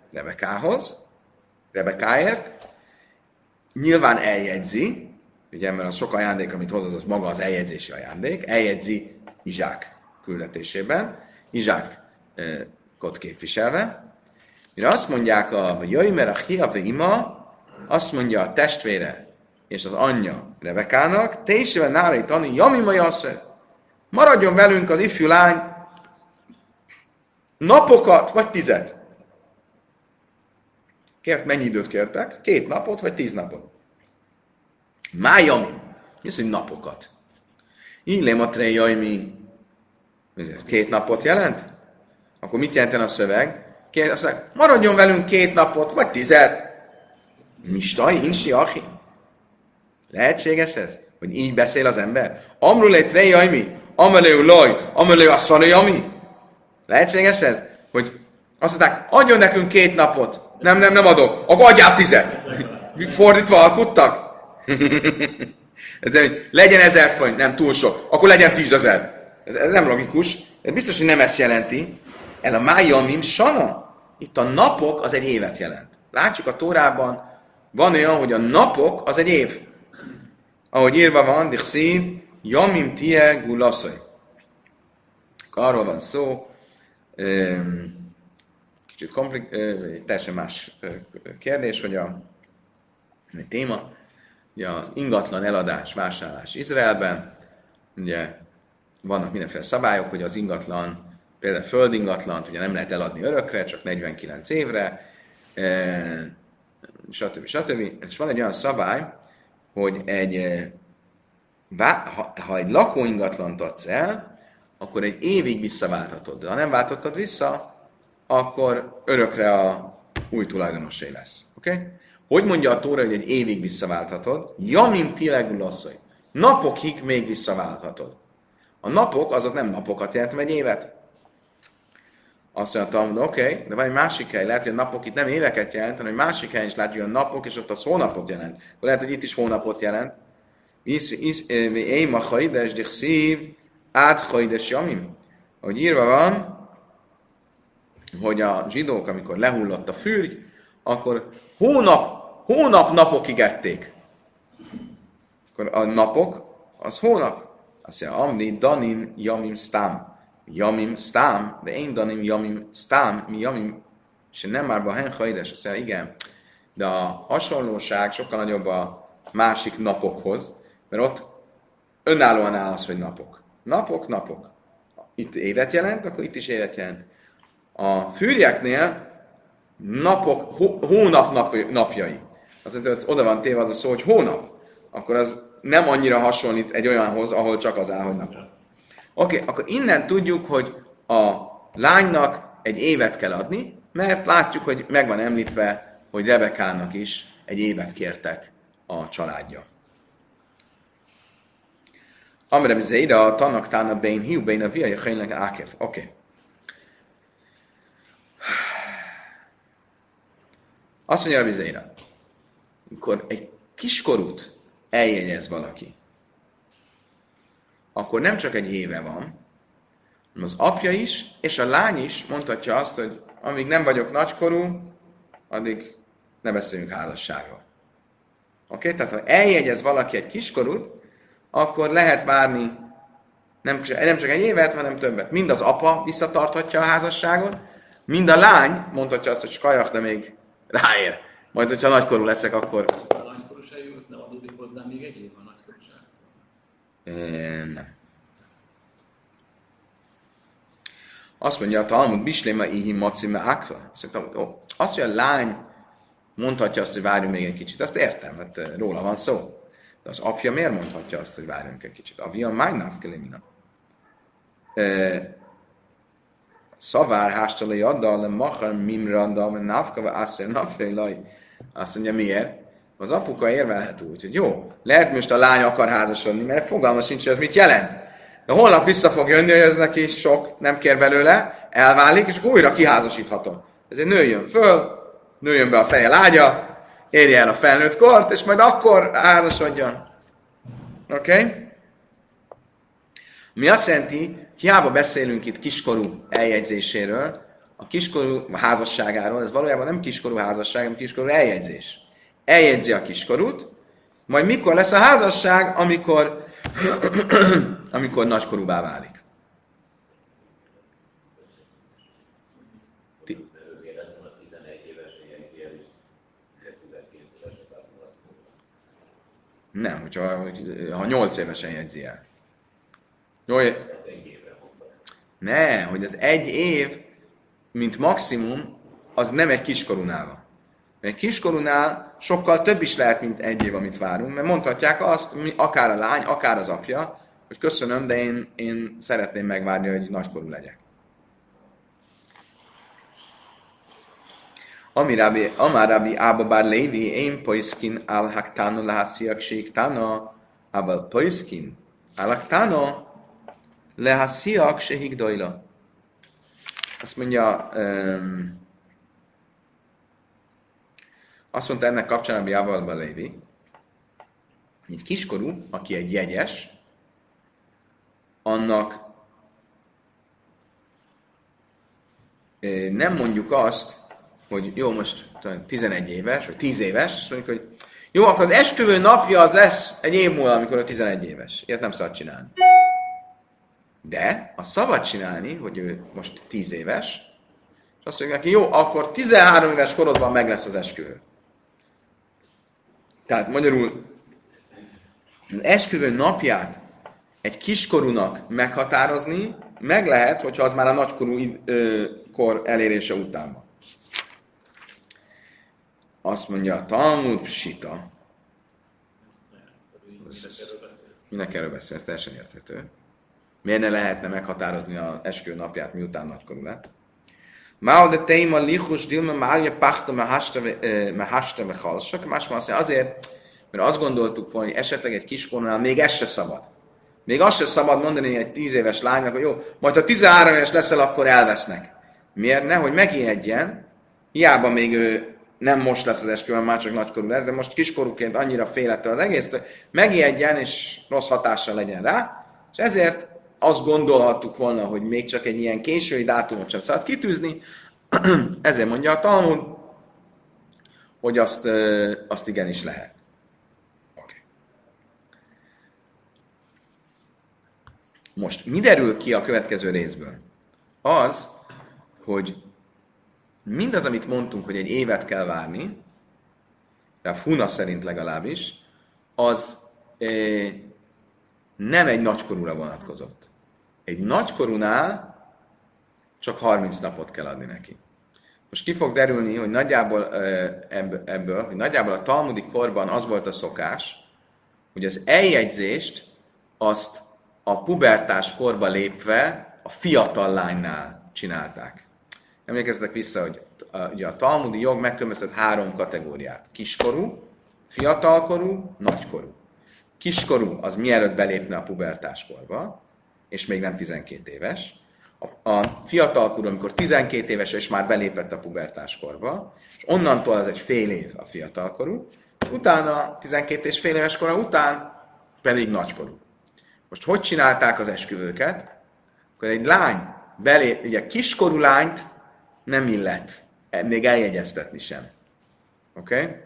Speaker 1: Rebekáért, nyilván eljegyzi, ugye, mert az sok ajándék, amit hoz, az maga az eljegyzési ajándék, eljegyzi Izsák küldetésében, Izsákot képviselve. Mire azt mondják hogy jöjj, mert a hiave ima, azt mondja a testvére és az anyja Rebekának, te is éve nálai tani, jami mai asszer, maradjon velünk az ifjú lány napokat, vagy 10. Kért, mennyi időt kértek? 2 napot, vagy 10 napot? Májami. Mi az, hogy napokat? Illém a tréjajmi. 2 napot jelent? Akkor mit jelenten a szöveg? Azt mondják, maradjon velünk 2 napot, vagy 10. Mistaj, insi, achi. Lehetséges ez? Hogy így beszél az ember? Amrulé tréjajmi, amelő loj, amelő asszanajami. Lehetséges ez? Hogy azt mondták, adjon nekünk 2 napot. Nem adok. Akkor adjál 10. Fordítva alkuttak? Legyen 1000 forint, nem túl sok. Akkor legyen 10 000. Ez nem logikus. Ez biztos, hogy nem ezt jelenti. El a májamim sana. Itt a napok az egy évet jelent. Látjuk a Tórában, van olyan, hogy a napok az egy év. Ahogy írva van, dichszív, jamim tie gulaszai. Arról van szó, kicsit teljesen más kérdés, hogy egy téma, ugye az ingatlan eladás, vásárlás Izraelben, ugye vannak mindenféle szabályok, hogy az ingatlan, például földingatlant ugye nem lehet eladni örökre, csak 49 évre, stb. És van egy olyan szabály, hogy ha egy lakóingatlant adsz el, akkor egy évig visszaválthatod. De ha nem váltottad vissza, akkor örökre a új tulajdonosé lesz. Okay? Hogy mondja a Tóra, hogy egy évig visszaválthatod? Jamim tilegul asszony. Napokig még visszaválthatod. A napok, azok nem napokat jelent, hanem egy évet. Azt mondtam, oké, de van egy másik hely, lehet, hogy a napok itt nem éveket jelent, hanem egy másik helyen is látjuk, hogy a napok, és ott az hónapot jelent. Akkor lehet, hogy itt is hónapot jelent. Én ma hajdes, de szív, át hajdes jamim. Ahogy írva van, hogy a zsidók, amikor lehullott a fürgy, akkor napokig ették. Akkor a napok, az hónap. Azt mondja, amni danin jamim sztám. Jamim sztám, de én danim jamim sztám, mi jamim, és nem már bahen hajdes. Azt mondja, igen, de a hasonlóság sokkal nagyobb a másik napokhoz, mert ott önállóan áll az, hogy napok. Napok. Itt évet jelent, akkor itt is évet jelent. A fűrjeknél napok, hónap napjai. Azt mondja, hogy oda van téve az a szó, hogy hónap. akkor az nem annyira hasonlít egy olyanhoz, ahol csak az áll, hogy napon. Oké, akkor innen tudjuk, hogy a lánynak egy évet kell adni, mert látjuk, hogy meg van említve, hogy Rebekának is egy évet kértek a családja. Amire bizeira a tannak tána bein hiú bein a via jachényleg ákev. Oké. Azt mondja a bizeira, amikor egy kiskorút eljegyez valaki, akkor nem csak egy éve van, hanem az apja is, és a lány is mondhatja azt, hogy amíg nem vagyok nagykorú, addig ne beszéljünk házasságról. Oké? Tehát ha eljegyez valaki egy kiskorút, akkor lehet várni nem csak egy évet, hanem többet. Mind az apa visszatarthatja a házasságot, mind a lány mondhatja azt, hogy skajak, de még ráér. Majd, hogyha nagykorú leszek, akkor...
Speaker 3: A nagykorúsághoz nem adódik hozzá még egy év a nagykorúság?
Speaker 1: Nem. Azt mondja a Talmud, Bisléma ihi macime akva. Azt, hogy a lány mondhatja azt, hogy várjunk még egy kicsit, azt értem, mert róla van szó. De az apja miért mondhatja azt, hogy várjunk egy kicsit? Avia májnáv kelémina. Szavár hástalai addal, machar mimrandal, mert návkava ászér napfélaj. Azt mondja, miért? Az apuka érvelhet úgy, hogy jó, lehet most a lány akar házasodni, mert fogalma sincs, hogy ez mit jelent. De holnap vissza fog jönni, hogy ez neki sok, nem kér belőle, elválik, és újra kiházasíthatom. Ezért nőjön föl, nőjön be a feje lágya, érje el a felnőtt kort, és majd akkor házasodjon. Oké? Okay? Mi azt jelenti, hiába beszélünk itt kiskorú eljegyzéséről, a kiskorú házasságáról, ez valójában nem kiskorú házasság, hanem kiskorú eljegyzés. Eljegyzi a kiskorút, majd mikor lesz a házasság, amikor nagykorúvá válik.
Speaker 4: Véletlenül a 11 éves jegyzél is 12 évesen válik.
Speaker 1: Nem, ha 8 évesen jegyzi el. Jó,
Speaker 4: Egy évre mondom.
Speaker 1: ne, hogy az egy év, mint maximum, az nem egy kiskorúnál van. Egy kiskorúnál sokkal több is lehet, mint egy év, amit várunk, mert mondhatják azt, akár a lány, akár az apja, hogy köszönöm, de én szeretném megvárni, hogy nagykorú legyek. Amár Rabbi Ába bár Lévi, én poiszkin álhaktána lehásziak séktána, ábal poiszkin álhaktána lehásziak se higdajla. Azt mondja, azt mondta ennek kapcsán Rabbi Ába bár Lévi, egy kiskorú, aki egy jegyes, annak nem mondjuk azt, hogy jó, most 11 éves, vagy 10 éves, és mondjuk, hogy jó, akkor az esküvő napja az lesz egy év múlva, amikor a 11 éves. Ilyet nem szabad csinálni. De azt szabad csinálni, hogy ő most 10 éves, és azt mondjuk neki, jó, akkor 13 éves korodban meg lesz az esküvő. Tehát magyarul az esküvő napját egy kiskorúnak meghatározni meg lehet, hogyha az már a nagykorú kor elérése után van. Azt mondja a Talmud, psita. Minek erről beszél? Ez teljesen érthető. Miért ne lehetne meghatározni az esküvő napját, miután nagykorú lett? Mao de téma lichus dilma málja pachta mehasta mechalsak. Másmás azt mondja, azért, mert azt gondoltuk volna, hogy esetleg egy kiskorúnál még ez se szabad. Még azt se szabad mondani egy 10 éves lánynak, hogy jó, majd ha 13 éves leszel, akkor elvesznek. Miért? Nehogy megijedjen, hiába még ő nem most lesz az esküvőn, már csak nagykorú lesz, de most kiskorúként annyira félettől az egész, hogy megijedjen és rossz hatással legyen rá, és ezért azt gondolhattuk volna, hogy még csak egy ilyen késői dátumot sem szabad kitűzni, ezért mondja a Talmud, hogy azt igenis lehet. Okay. Most mi derül ki a következő részből? Az, hogy mindaz, amit mondtunk, hogy egy évet kell várni, de a Funa szerint legalábbis, az nem egy nagykorúra vonatkozott. Egy nagykorúnál csak 30 napot kell adni neki. Most ki fog derülni, hogy nagyjából ebből, hogy nagyjából a talmudi korban az volt a szokás, hogy az eljegyzést azt a pubertás korba lépve a fiatal lánynál csinálták. Emlékezzetek vissza, hogy ugye a talmudi jog megkülönböztet 3 kategóriát. Kiskorú, fiatalkorú, nagykorú. Kiskorú az mielőtt belépne a pubertáskorba, és még nem 12 éves. A fiatalkorú, amikor 12 éves, és már belépett a pubertáskorba, és onnantól az egy fél év a fiatalkorú, és utána, 12 és fél éves kora után pedig nagykorú. Most hogy csinálták az esküvőket? Akkor egy lány ugye kiskorú lányt nem illet, még eljegyeztetni sem. Oké?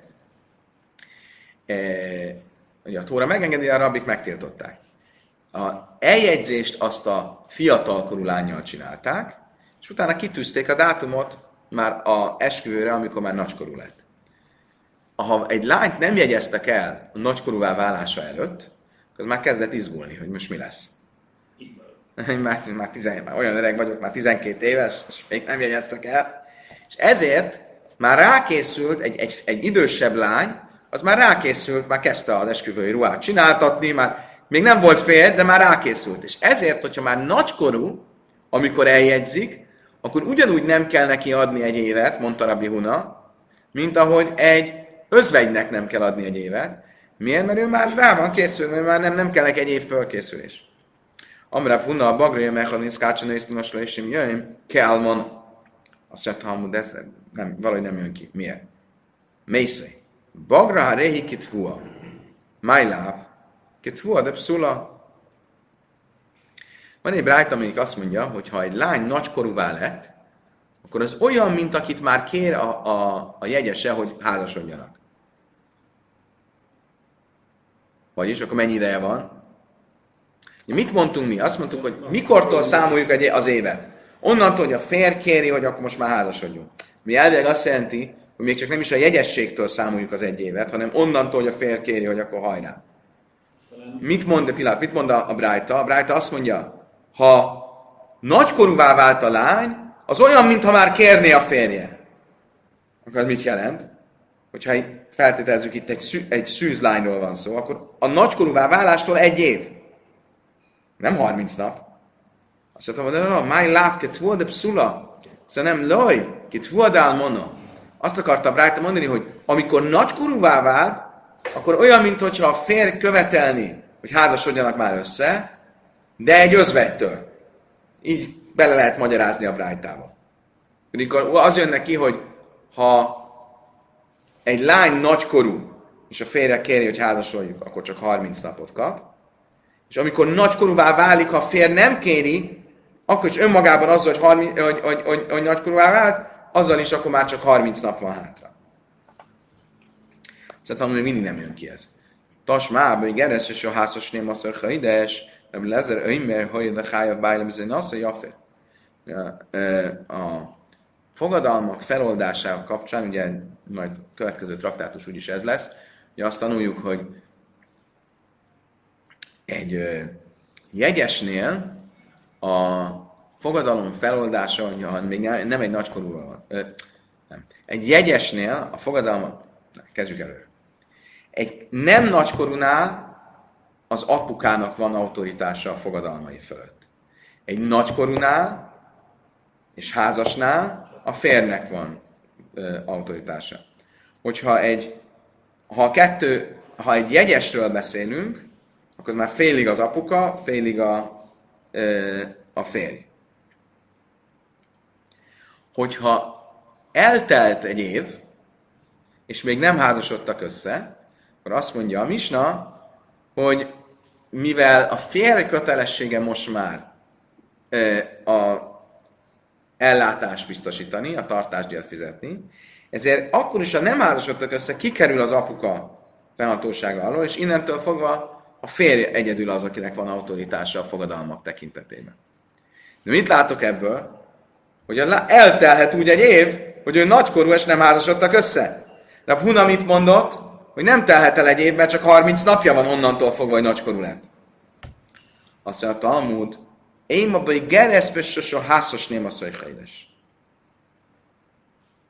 Speaker 1: Ugye a Tóra megengedi, a rabbik megtiltották. A eljegyzést azt a fiatalkorú lánnyal csinálták, és utána kitűzték a dátumot már a esküvőre, amikor már nagykorú lett. Ha egy lányt nem jegyeztek el a nagykorúvá válása előtt, akkor már kezdett izgulni, hogy most mi lesz. Már olyan öreg vagyok, már 12 éves, és még nem jegyeztek el. És ezért már rákészült egy idősebb lány, az már rákészült, már kezdte az esküvői ruhát csináltatni, már még nem volt férj, de már rákészült. És ezért, hogyha már nagykorú, amikor eljegyzik, akkor ugyanúgy nem kell neki adni egy évet, mondta Rabbi Huna, mint ahogy egy özvegynek nem kell adni egy évet. Miért? Mert ő már rá van készülve, mert már nem kell neki egy év fölkészülés. Amra Huna a bagra mechanisz kácsanő isztunosra és jöjjön, kell mondani. Azt mondta, de ez nem, valahogy nem jön ki. Miért? Mészé. Bagra ha réhi kitvua. Májláv. Kitvua de pszula. Van egy brájta, amelyik azt mondja, hogy ha egy lány nagykorúvá lett, akkor az olyan, mint akit már kér a jegyese, hogy házasodjanak. Vagyis, akkor mennyi ideje van? Mit mondtunk mi? Azt mondtuk, hogy mikortól számoljuk az évet. Onnantól, hogy a férj kéri, hogy akkor most már házasodjunk. Mi elvileg azt jelenti, hogy még csak nem is a jegyességtől számoljuk az egy évet, hanem onnantól, hogy a férj kéri, hogy akkor hajrá. Mit mond Pilát? Mit mond a brájta? A brájta azt mondja, ha nagykorúvá vált a lány, az olyan, mintha már kérné a férje. Akkor ez mit jelent? Hogyha feltételezzük itt egy szűzlányról van szó, akkor a nagykorúvá válástól 1 év. Nem 30 nap. Azt mondtam, hogy máj láv ketvó de pszula. Szóval nem loj, ketvó dál mono. Azt akarta Brájta mondani, hogy amikor nagykorúvá vált, akkor olyan, mintha a férj követelni, hogy házasodjanak már össze, de egy özvegytől. Így bele lehet magyarázni a Brájtába. Amikor az jön neki, hogy ha egy lány nagykorú, és a férje kéri, hogy házasodjuk, akkor csak 30 napot kap. És amikor nagykorúvá válik, ha a férj nem kéri, akkor is önmagában azzal, hogy nagykorúvá vált, azzal is akkor már csak 30 nap van hátra. Szerintem még mindig nem jön ki ez. Tasmába, hogy geresz, és a házasném azt mondja, hogy ides, nem lezer, öjmer, hogy a hájabb bájlem, ez egy nasz, hogy a fogadalmak feloldásával kapcsán, ugye majd következő traktátus úgyis ez lesz, ugye azt tanuljuk, hogy egy jegyesnél a fogadalom feloldása, ha még nem egy nagykorúról van, nem. Egy jegyesnél a fogadalma, kezdjük előre. Egy nem nagykorúnál az apukának van autoritása a fogadalmai fölött. Egy nagykorúnál és házasnál a férnek van autoritása. Ha egy jegyesről beszélünk, akkor már félig az apuka, félig a férj. Hogyha eltelt egy év, és még nem házasodtak össze, akkor azt mondja a misna, hogy mivel a férj kötelessége most már a ellátást biztosítani, a tartásdíjat fizetni, ezért akkor is, ha nem házasodtak össze, kikerül az apuka fennhatósága alól, és innentől fogva a férj egyedül az, akinek van autoritása a fogadalmak tekintetében. De mit látok ebből? Hogy eltelhet úgy egy év, hogy ő nagykorú, és nem házasodtak össze. De Huna mit mondott? Hogy nem telhet el egy év, mert csak 30 napja van onnantól fogva, hogy nagykorú lett. Azt mondja a Talmud, én ma hogy geresz fősös a házas ném a szöjhajdes.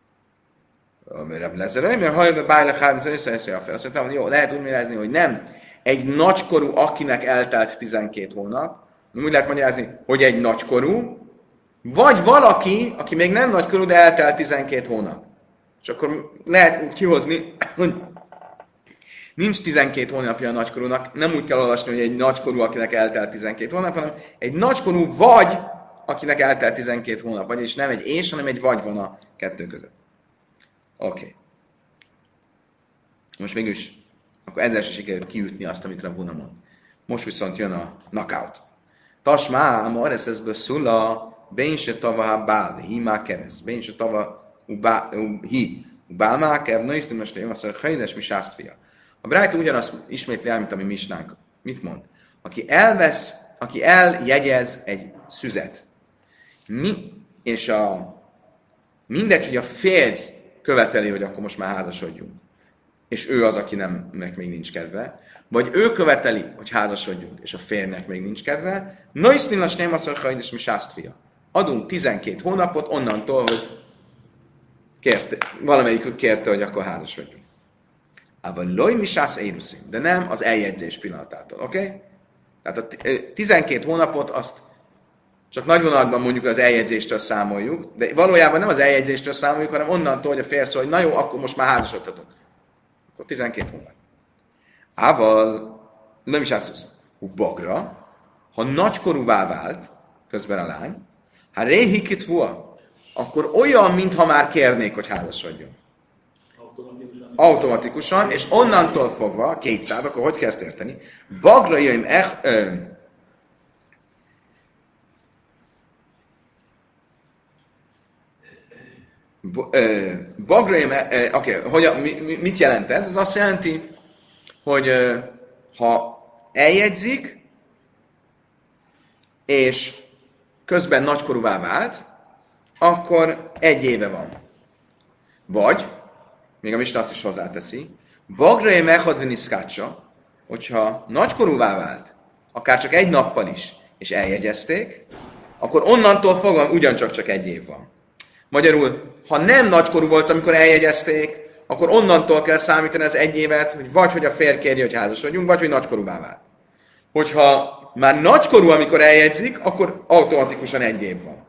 Speaker 1: Mert hajba bájlek háromszor össze fel. Azt mondtam, hogy jó, lehet úgy mérezni, hogy nem egy nagykorú, akinek eltelt 12 hónap. Úgy lehet magyarázni, hogy egy nagykorú, vagy valaki, aki még nem nagykorú, de eltelt 12 hónap. És akkor lehet úgy kihozni, hogy nincs 12 hónapja a nagykorúnak, nem úgy kell olvasni, hogy egy nagykorú, akinek eltelt 12 hónap, hanem egy nagykorú vagy, akinek eltelt 12 hónap. Vagyis nem egy és, hanem egy vagy van a kettő között. Oké. Most végül is, akkor ezzel se sikerült kiütni azt, amit Ravuna mond. Most viszont jön a knockout. Tasmá, amor, ez ezből szula, ben se tava ha bál, hi má kevesz, ben se tava hi, bál má kev, no isztim most én azt mondja, hajdes mi sásztfia. A Brájta ugyanazt ismétli el, mint a mi misnánk. Mit mond? Aki eljegyez egy szüzet, és mindegy, hogy a férj követeli, hogy akkor most már házasodjunk, és ő az, akinek még nincs kedve, vagy ő követeli, hogy házasodjunk, és a férjnek még nincs kedve, no isznilas nem azt mondja, hogy mi sásztfia. Adunk 12 hónapot onnantól, hogy valamelyikük kérte, hogy akkor házasodjunk. Ában loj mi sász éruszim, de nem az eljegyzés pillanatától, oké? Okay? Tehát a 12 hónapot azt csak nagy vonalakban mondjuk az eljegyzéstől számoljuk, de valójában nem az eljegyzéstől számoljuk, hanem onnantól, hogy a férj szól, hogy na jó, akkor most már házasodhatunk. Akkor 12 hónap. Ával, nem is azt bagra, ha nagykorúvá vált, közben a lány, ha réhikit vua, akkor olyan, mintha már kérnék, hogy házasodjon. Automatikusan, és onnantól fogva, 200, akkor hogy kell ezt érteni? Bagra jöjjön mit jelent ez? Ez azt jelenti, hogy ha eljegyzik, és közben nagykorúvá vált, akkor 1 éve van. Vagy, még a Misna azt is hozzáteszi, Bagraim echad veniszkácsa, hogyha nagykorúvá vált, akár csak 1 nappal is, és eljegyezték, akkor onnantól fogva ugyancsak csak 1 év van. Magyarul, ha nem nagykorú volt, amikor eljegyezték, akkor onnantól kell számítani az 1 évet, hogy vagy hogy a férj kérje, hogy házasodjunk, vagy hogy nagykorúvá vált. Hogyha már nagykorú, amikor eljegyzik, akkor automatikusan 1 év van.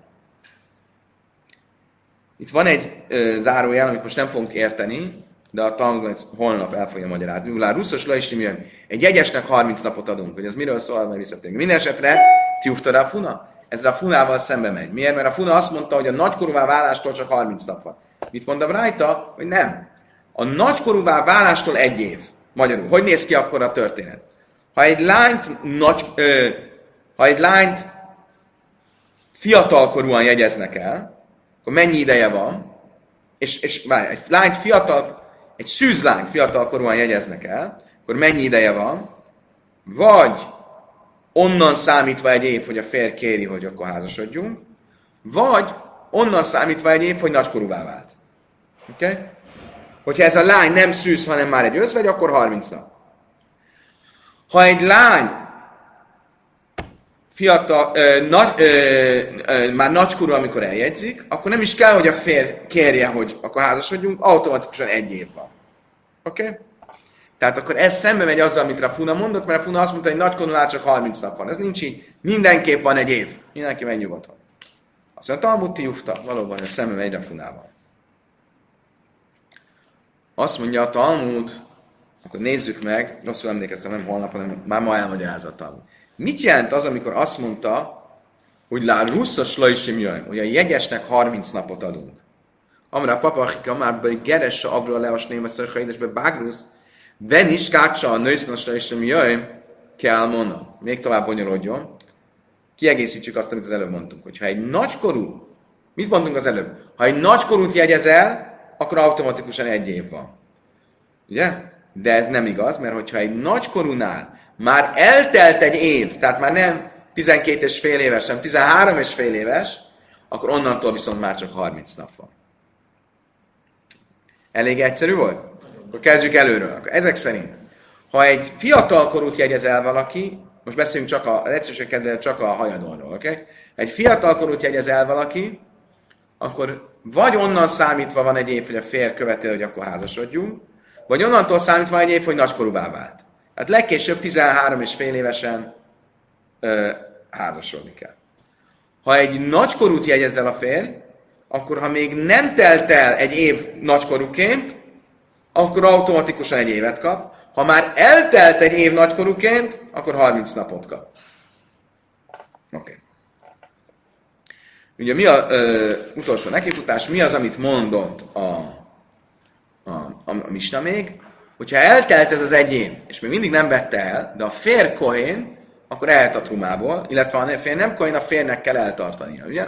Speaker 1: Itt van egy zárójel, amit most nem fogunk érteni, de a Talmud holnap el fogja magyarázni. Ulá russzos laisim jön. Egy jegyesnek 30 napot adunk, hogy ez miről szól, majd visszatérünk. Mindenesetre, tiufta a funa, ezzel a funával szembe megy. Miért? Mert a funa azt mondta, hogy a nagykorúvá válástól csak 30 nap van. Mit mond a Brájta? Hogy nem. A nagykorúvá válástól 1 év. Magyarul, hogy néz ki akkor a történet? Ha egy lányt fiatalkorúan jegyeznek el, akkor mennyi ideje van, és várj, egy szűzlányt fiatalkorúan jegyeznek el, akkor mennyi ideje van, vagy onnan számítva 1 év, hogy a férj kéri, hogy akkor házasodjunk, vagy onnan számítva 1 év, hogy nagykorúvá vált. Oké? Okay? Hogyha ez a lány nem szűz, hanem már egy özvegy, akkor 30 nap. Ha egy lány már nagykorú, amikor eljegyzik, akkor nem is kell, hogy a férj kérje, hogy akkor házasodjunk, automatikusan 1 év van. Oké? Okay? Tehát akkor ez szembe megy azzal, amit a Funa mondott, mert a Funa azt mondta, hogy nagykorúnál csak 30 nap van. Ez nincs így. Mindenképp van 1 év. Mindenki megnyugodhat. Azt mondja, Talmud tiufta, valóban ez szembe megy a Funával. Azt mondja a Talmud, akkor nézzük meg, rosszul emlékeztem, nem holnap, hanem már ma elmagyarázza a Talmud. Mit jelent az, amikor azt mondta, hogy lá russzos laisim jön, hogy a jegyesnek 30 napot adunk? Amra a papachika már be geresse avra leas németször hajdesbe bágrusz, ven is kácsa a nősznos laisim jön, kell mondani. Még tovább bonyolodjon. Kiegészítsük azt, amit az előbb mondtunk, hogyha egy nagykorú, mit mondtunk az előbb? Ha egy nagykorút jegyezel, akkor automatikusan 1 év van. Ugye? De ez nem igaz, mert hogyha egy nagykorúnál már eltelt 1 év, tehát már nem 12 és fél éves, hanem 13 és fél éves, akkor onnantól viszont már csak 30 nap van. Elég egyszerű volt? Akkor kezdjük előről. Akkor ezek szerint, ha egy fiatalkorút jegyez el valaki, most beszélünk csak az egyszerűség kedvéért csak a hajadonról, oké? Okay? Egy fiatalkorút jegyez el valaki, akkor vagy onnan számítva van 1 év, hogy a férj követel, hogy akkor házasodjunk, vagy onnantól számítva 1 év, hogy nagykorúvá vált. Hát legkésőbb 13 és fél évesen házasodni kell. Ha egy nagykorút jegyez el a férj, akkor ha még nem telt el egy év nagykorúként, akkor automatikusan egy évet kap. Ha már eltelt egy év nagykorúként, akkor 30 napot kap. Oké. Ugye mi a utolsó nekifutás? Mi az, amit mondott a misna még? Hogyha eltelt ez az egy év, és még mindig nem vette el, de a férj kohén, akkor elhet a trumából, illetve ha a férj nem kohén, a férjnek kell eltartania, ugye?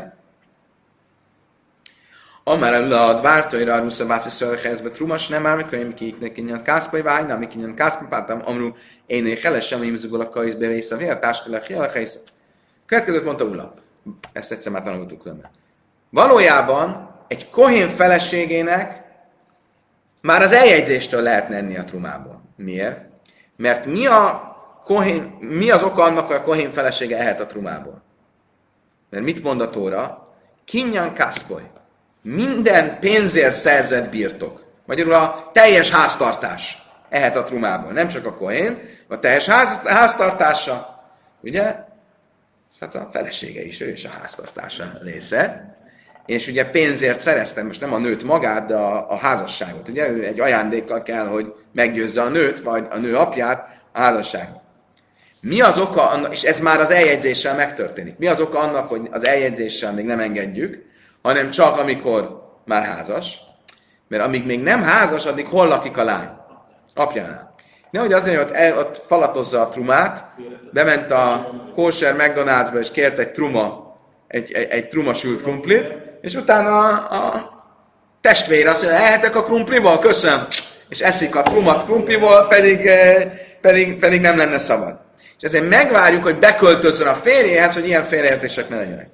Speaker 1: Amár a dvártóira a rusza vászisra helyezbe trumas, nem már mikor én kiiknek innen kászpai vájna, amik innen kászpai pátam, amrú én helesem, hogy imzugol a kajzbe része, vagy a táskala hiala helysz. Következőt mondta Ula. Ezt egyszer már tanultuk különben. Valójában egy kohén feleségének már az eljegyzéstől lehetne enni a trumából. Miért? Mert mi az oka annak, hogy a kohén felesége ehet a trumából? Mert mit mond a Tóra? Kinyan kászpoly. Minden pénzért szerzett birtok. Magyarul a teljes háztartás ehet a trumából. Nem csak a kohén, a teljes háztartása. Ugye? Hát a felesége is, ő is a háztartása része. És ugye pénzért szereztem, most nem a nőt magát, de a házasságot. Ugye ő egy ajándékkal kell, hogy meggyőzze a nőt, vagy a nő apját a házasságot. Mi az oka annak, és ez már az eljegyzéssel megtörténik. Mi az oka annak, hogy az eljegyzéssel még nem engedjük, hanem csak amikor már házas. Mert amíg még nem házas, addig hol lakik a lány? Apjánál. Nehogy azért, hogy ott falatozza a trumát, bement a kóser McDonald'sba, és kért egy truma sült krumplit, és utána a testvér azt mondja, elhetek a krumpliból, köszönöm, és eszik a trumat krumpliból, pedig nem lenne szabad. És ezért megvárjuk, hogy beköltözzön a férjéhez, hogy ilyen félreértések ne legyenek.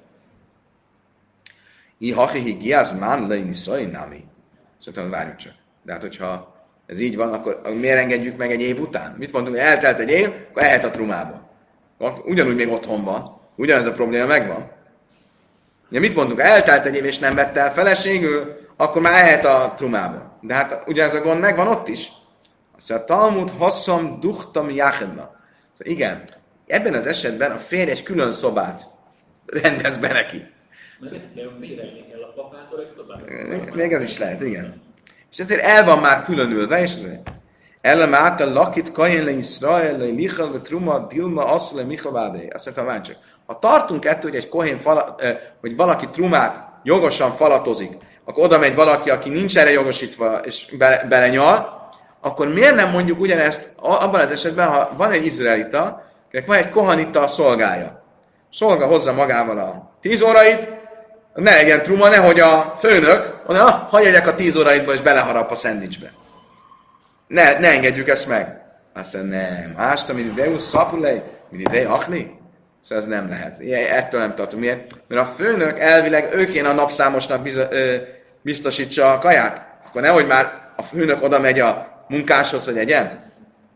Speaker 1: Ihahihi giazmán leini szajnami. Szóval várjunk csak. De hát, hogyha ez így van, akkor miért engedjük meg egy év után? Mit mondunk, hogy eltelt egy év, akkor elhet a trumába. Ugyanúgy még otthon van. Ugyanez a probléma megvan. Ugye mit mondunk, eltelt egy év és nem vette el feleségül, akkor már elhet a trumába. De hát ugyanez a gond megvan ott is. Azt mondja, Talmud hosszom duchtam jáhedna. Szóval igen, ebben az esetben a férj egy külön szobát rendez be neki.
Speaker 3: De bérelni kell a papától egy szobát.
Speaker 1: Még ez is lehet, igen. És ezért el van már különülve, és azért Ellem által lakit kajén le Iszrael, le Michal, le Truma, Dilma, Asszul, le Michal, Vádé. Azt mondtam, várj csak. Ha tartunk ettől, hogy egy kohén hogy valaki trumát jogosan falatozik, akkor oda megy valaki, aki nincs erre jogosítva, és belenyal, akkor miért nem mondjuk ugyanezt abban az esetben, ha van egy izraelita, akinek van egy kohanita a szolgája. Szolga hozza magával a 10 órait, ne legyen truma, nehogy a főnök, hagyj egyek a 10 óraidba, és beleharap a szendvicsbe. Ne engedjük ezt meg. Azt mondja, nem. Hásta, mint idejúsz, szapulej, mint idej, akni? Szóval ez nem lehet. Ettől nem tartunk. Miért? Mert a főnök elvileg ő kéne a napszámosnak biztosítsa a kaját. Akkor nehogy már a főnök oda megy a munkáshoz, hogy egyen.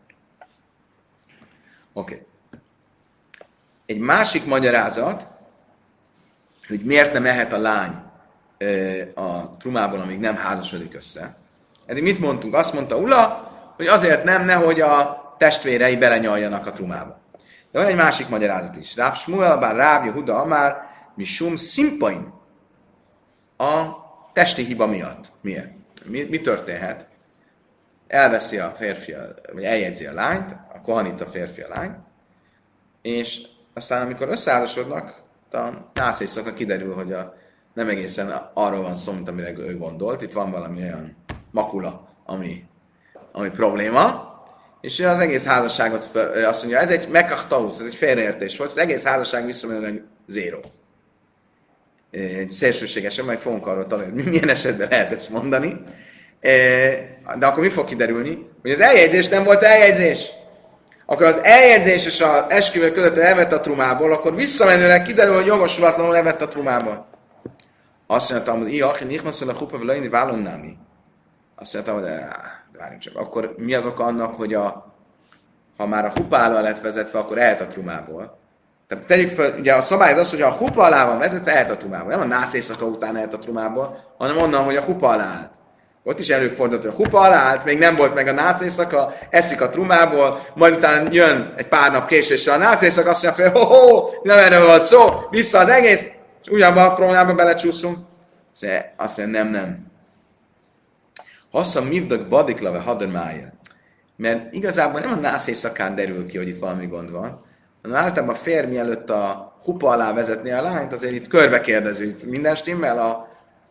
Speaker 1: Oké. Egy másik magyarázat, hogy miért nem ehet a lány a trumából, amíg nem házasodik össze. Eddig mit mondtunk? Azt mondta Ula, hogy azért nem, nehogy a testvérei belenyaljanak a trumába. De van egy másik magyarázat is. Ráv Smuel, bár Ráv Jehuda Amár, mi sum szimpain a testi hiba miatt. Miért? Mi történhet? Elveszi a férfi, vagy eljegyzi a lányt, a kohanita férfi a lányt, és aztán amikor összeházasodnak, a nászészakra kiderül, hogy nem egészen arról van szó, mint amire ő gondolt. Itt van valami olyan makula, ami probléma, és az egész házasságot azt mondja, ez egy mekachtaus, ez egy félreértés volt, az egész házasság visszamenőleg zéro. Szélsőségesen, majd fogunk arról tanulni, hogy milyen esetben lehet ezt mondani. De akkor mi fog kiderülni? Hogy az eljegyzés nem volt eljegyzés. Akkor az eljegyzés és az esküvő között elvett a trumából, akkor visszamenőleg kiderül, hogy jogosulatlanul elvett a trumából. Azt mondtam, hogy Iachin, Ichmaszol a hupa velaini válonnámi. Azt mondtam, hogy várjunk csak. Akkor mi az oka annak, hogy ha már a hupa alá lett vezetve, akkor elhet a trumából. Tehát tegyük fel, ugye a szabály az, hogy a hupa alá van vezetve, elhet a trumából. Nem a nász éjszaka után elhet a trumából, hanem onnan, hogy a hupa alá állt. Ott is előfordult, hogy a hupa alá állt, még nem volt meg a nász éjszaka, eszik a trumából, majd utána jön egy pár nap késéssel a nász éjszaka, azt mondja fel, nem erről volt szó, vissza az egész, és ugyanabban a problémában belecsúszunk. Azt mondja, nem. Hassza mivdak badiklave hadermája. Mert igazából nem a nász éjszakán derül ki, hogy itt valami gond van, hanem általában a férj mielőtt a hupa alá vezetné a lányt, azért itt körbe kérdező, minden stimmel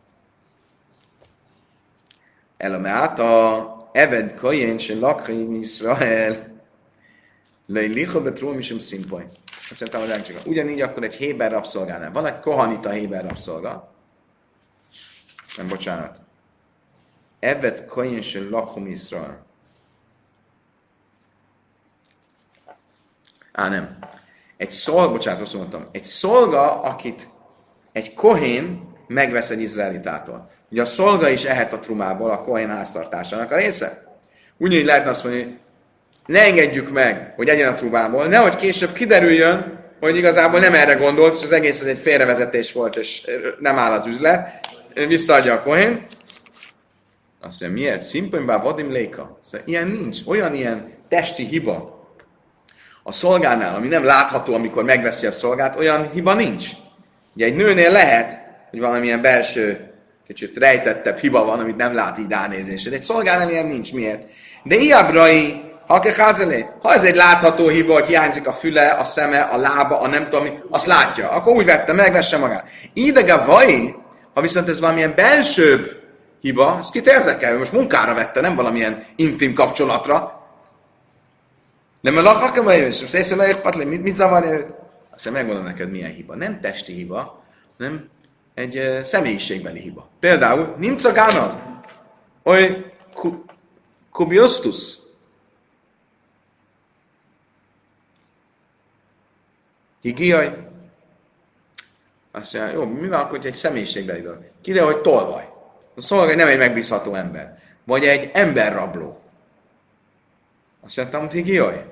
Speaker 1: Elameát a Eved Kajen se lakhaim Israel leilicha betról misum szimpaj. Azt mondtam, hogy csak ugyanígy akkor egy héber rabszolgánál. Van egy kohanita héber rabszolga. Nem, bocsánat. Eved Kajen se lakhaim Israel. Nem. Egy szolga, bocsánat, azt mondtam. Egy szolga, akit egy kohén megvesz egy izraelitától. Ugye a szolga is ehet a trumából, a kohén háztartásának a része. Ugyanígy lehetne azt mondani, hogy ne engedjük meg, hogy egyen a trumából, nehogy később kiderüljön, hogy igazából nem erre gondolt, és az egész ez egy félrevezetés volt, és nem áll az üzlet. Visszaadja a kohén. Azt mondja, miért? Szimponyban vadim léka. Szóval ilyen nincs. Ilyen testi hiba a szolgánál, ami nem látható, amikor megveszi a szolgát, olyan hiba nincs. Ugye egy nőnél lehet, hogy valamilyen belső, kicsit rejtettebb hiba van, amit nem lát így ránézésre. Egy szolgánál ilyen nincs. Miért? De iabrai, ha ez egy látható hiba, hogy hiányzik a füle, a szeme, a lába, a nem tudom, azt látja. Akkor úgy vette meg, vesse magát. Idega vai, ha viszont ez valamilyen belsőbb hiba, ez kit érdekel, most munkára vette, nem valamilyen intim kapcsolatra. Nem a lakhakem vagy és szészre lejöttpatli, mit zavarja őt? Aztán megmondom neked, milyen hiba. Nem testi hiba, hanem egy személyiségbeli hiba. Például, nimca gánav, oly kubiostus. Higiaj. Azt mondja, jó, mi van akkor, hogy egy személyiségbeli dolog? Kiderül, hogy tolvaj. A szolgálj nem egy megbízható ember. Vagy egy emberrabló. Azt mondtam, hogy higiaj.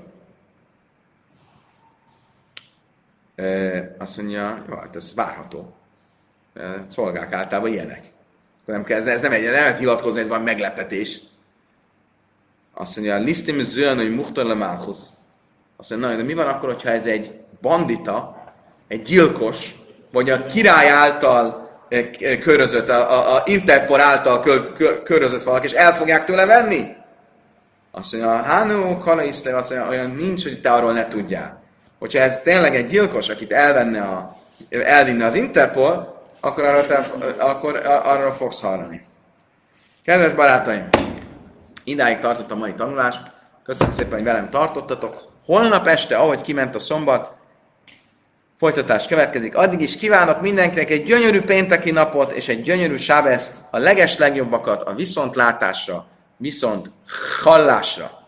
Speaker 1: Azt mondja, jó, hát ez várható. Szolgák általában ilyenek. Akkor nem kell, ez nem lehet hivatkozni, ez van meglepetés. Azt mondja, lisztim zőn, hogy muhtar le málchusz. Azt mondja, na, de mi van akkor, hogyha ez egy bandita, egy gyilkos, vagy a király által körözött, a Interpol által körözött valaki, és el fogják tőle venni? Azt mondja, hánó, kalaiszle, azt mondja, olyan nincs, hogy te arról ne tudjál. Hogyha ez tényleg egy gyilkos, akit elvinne az Interpol, akkor arról fogsz hallani. Kedves barátaim, idáig tartott a mai tanulás. Köszönöm szépen, hogy velem tartottatok. Holnap este, ahogy kiment a szombat, folytatás következik. Addig is kívánok mindenkinek egy gyönyörű pénteki napot, és egy gyönyörű sábeszt, a legeslegjobbakat a viszontlátásra, viszont hallásra.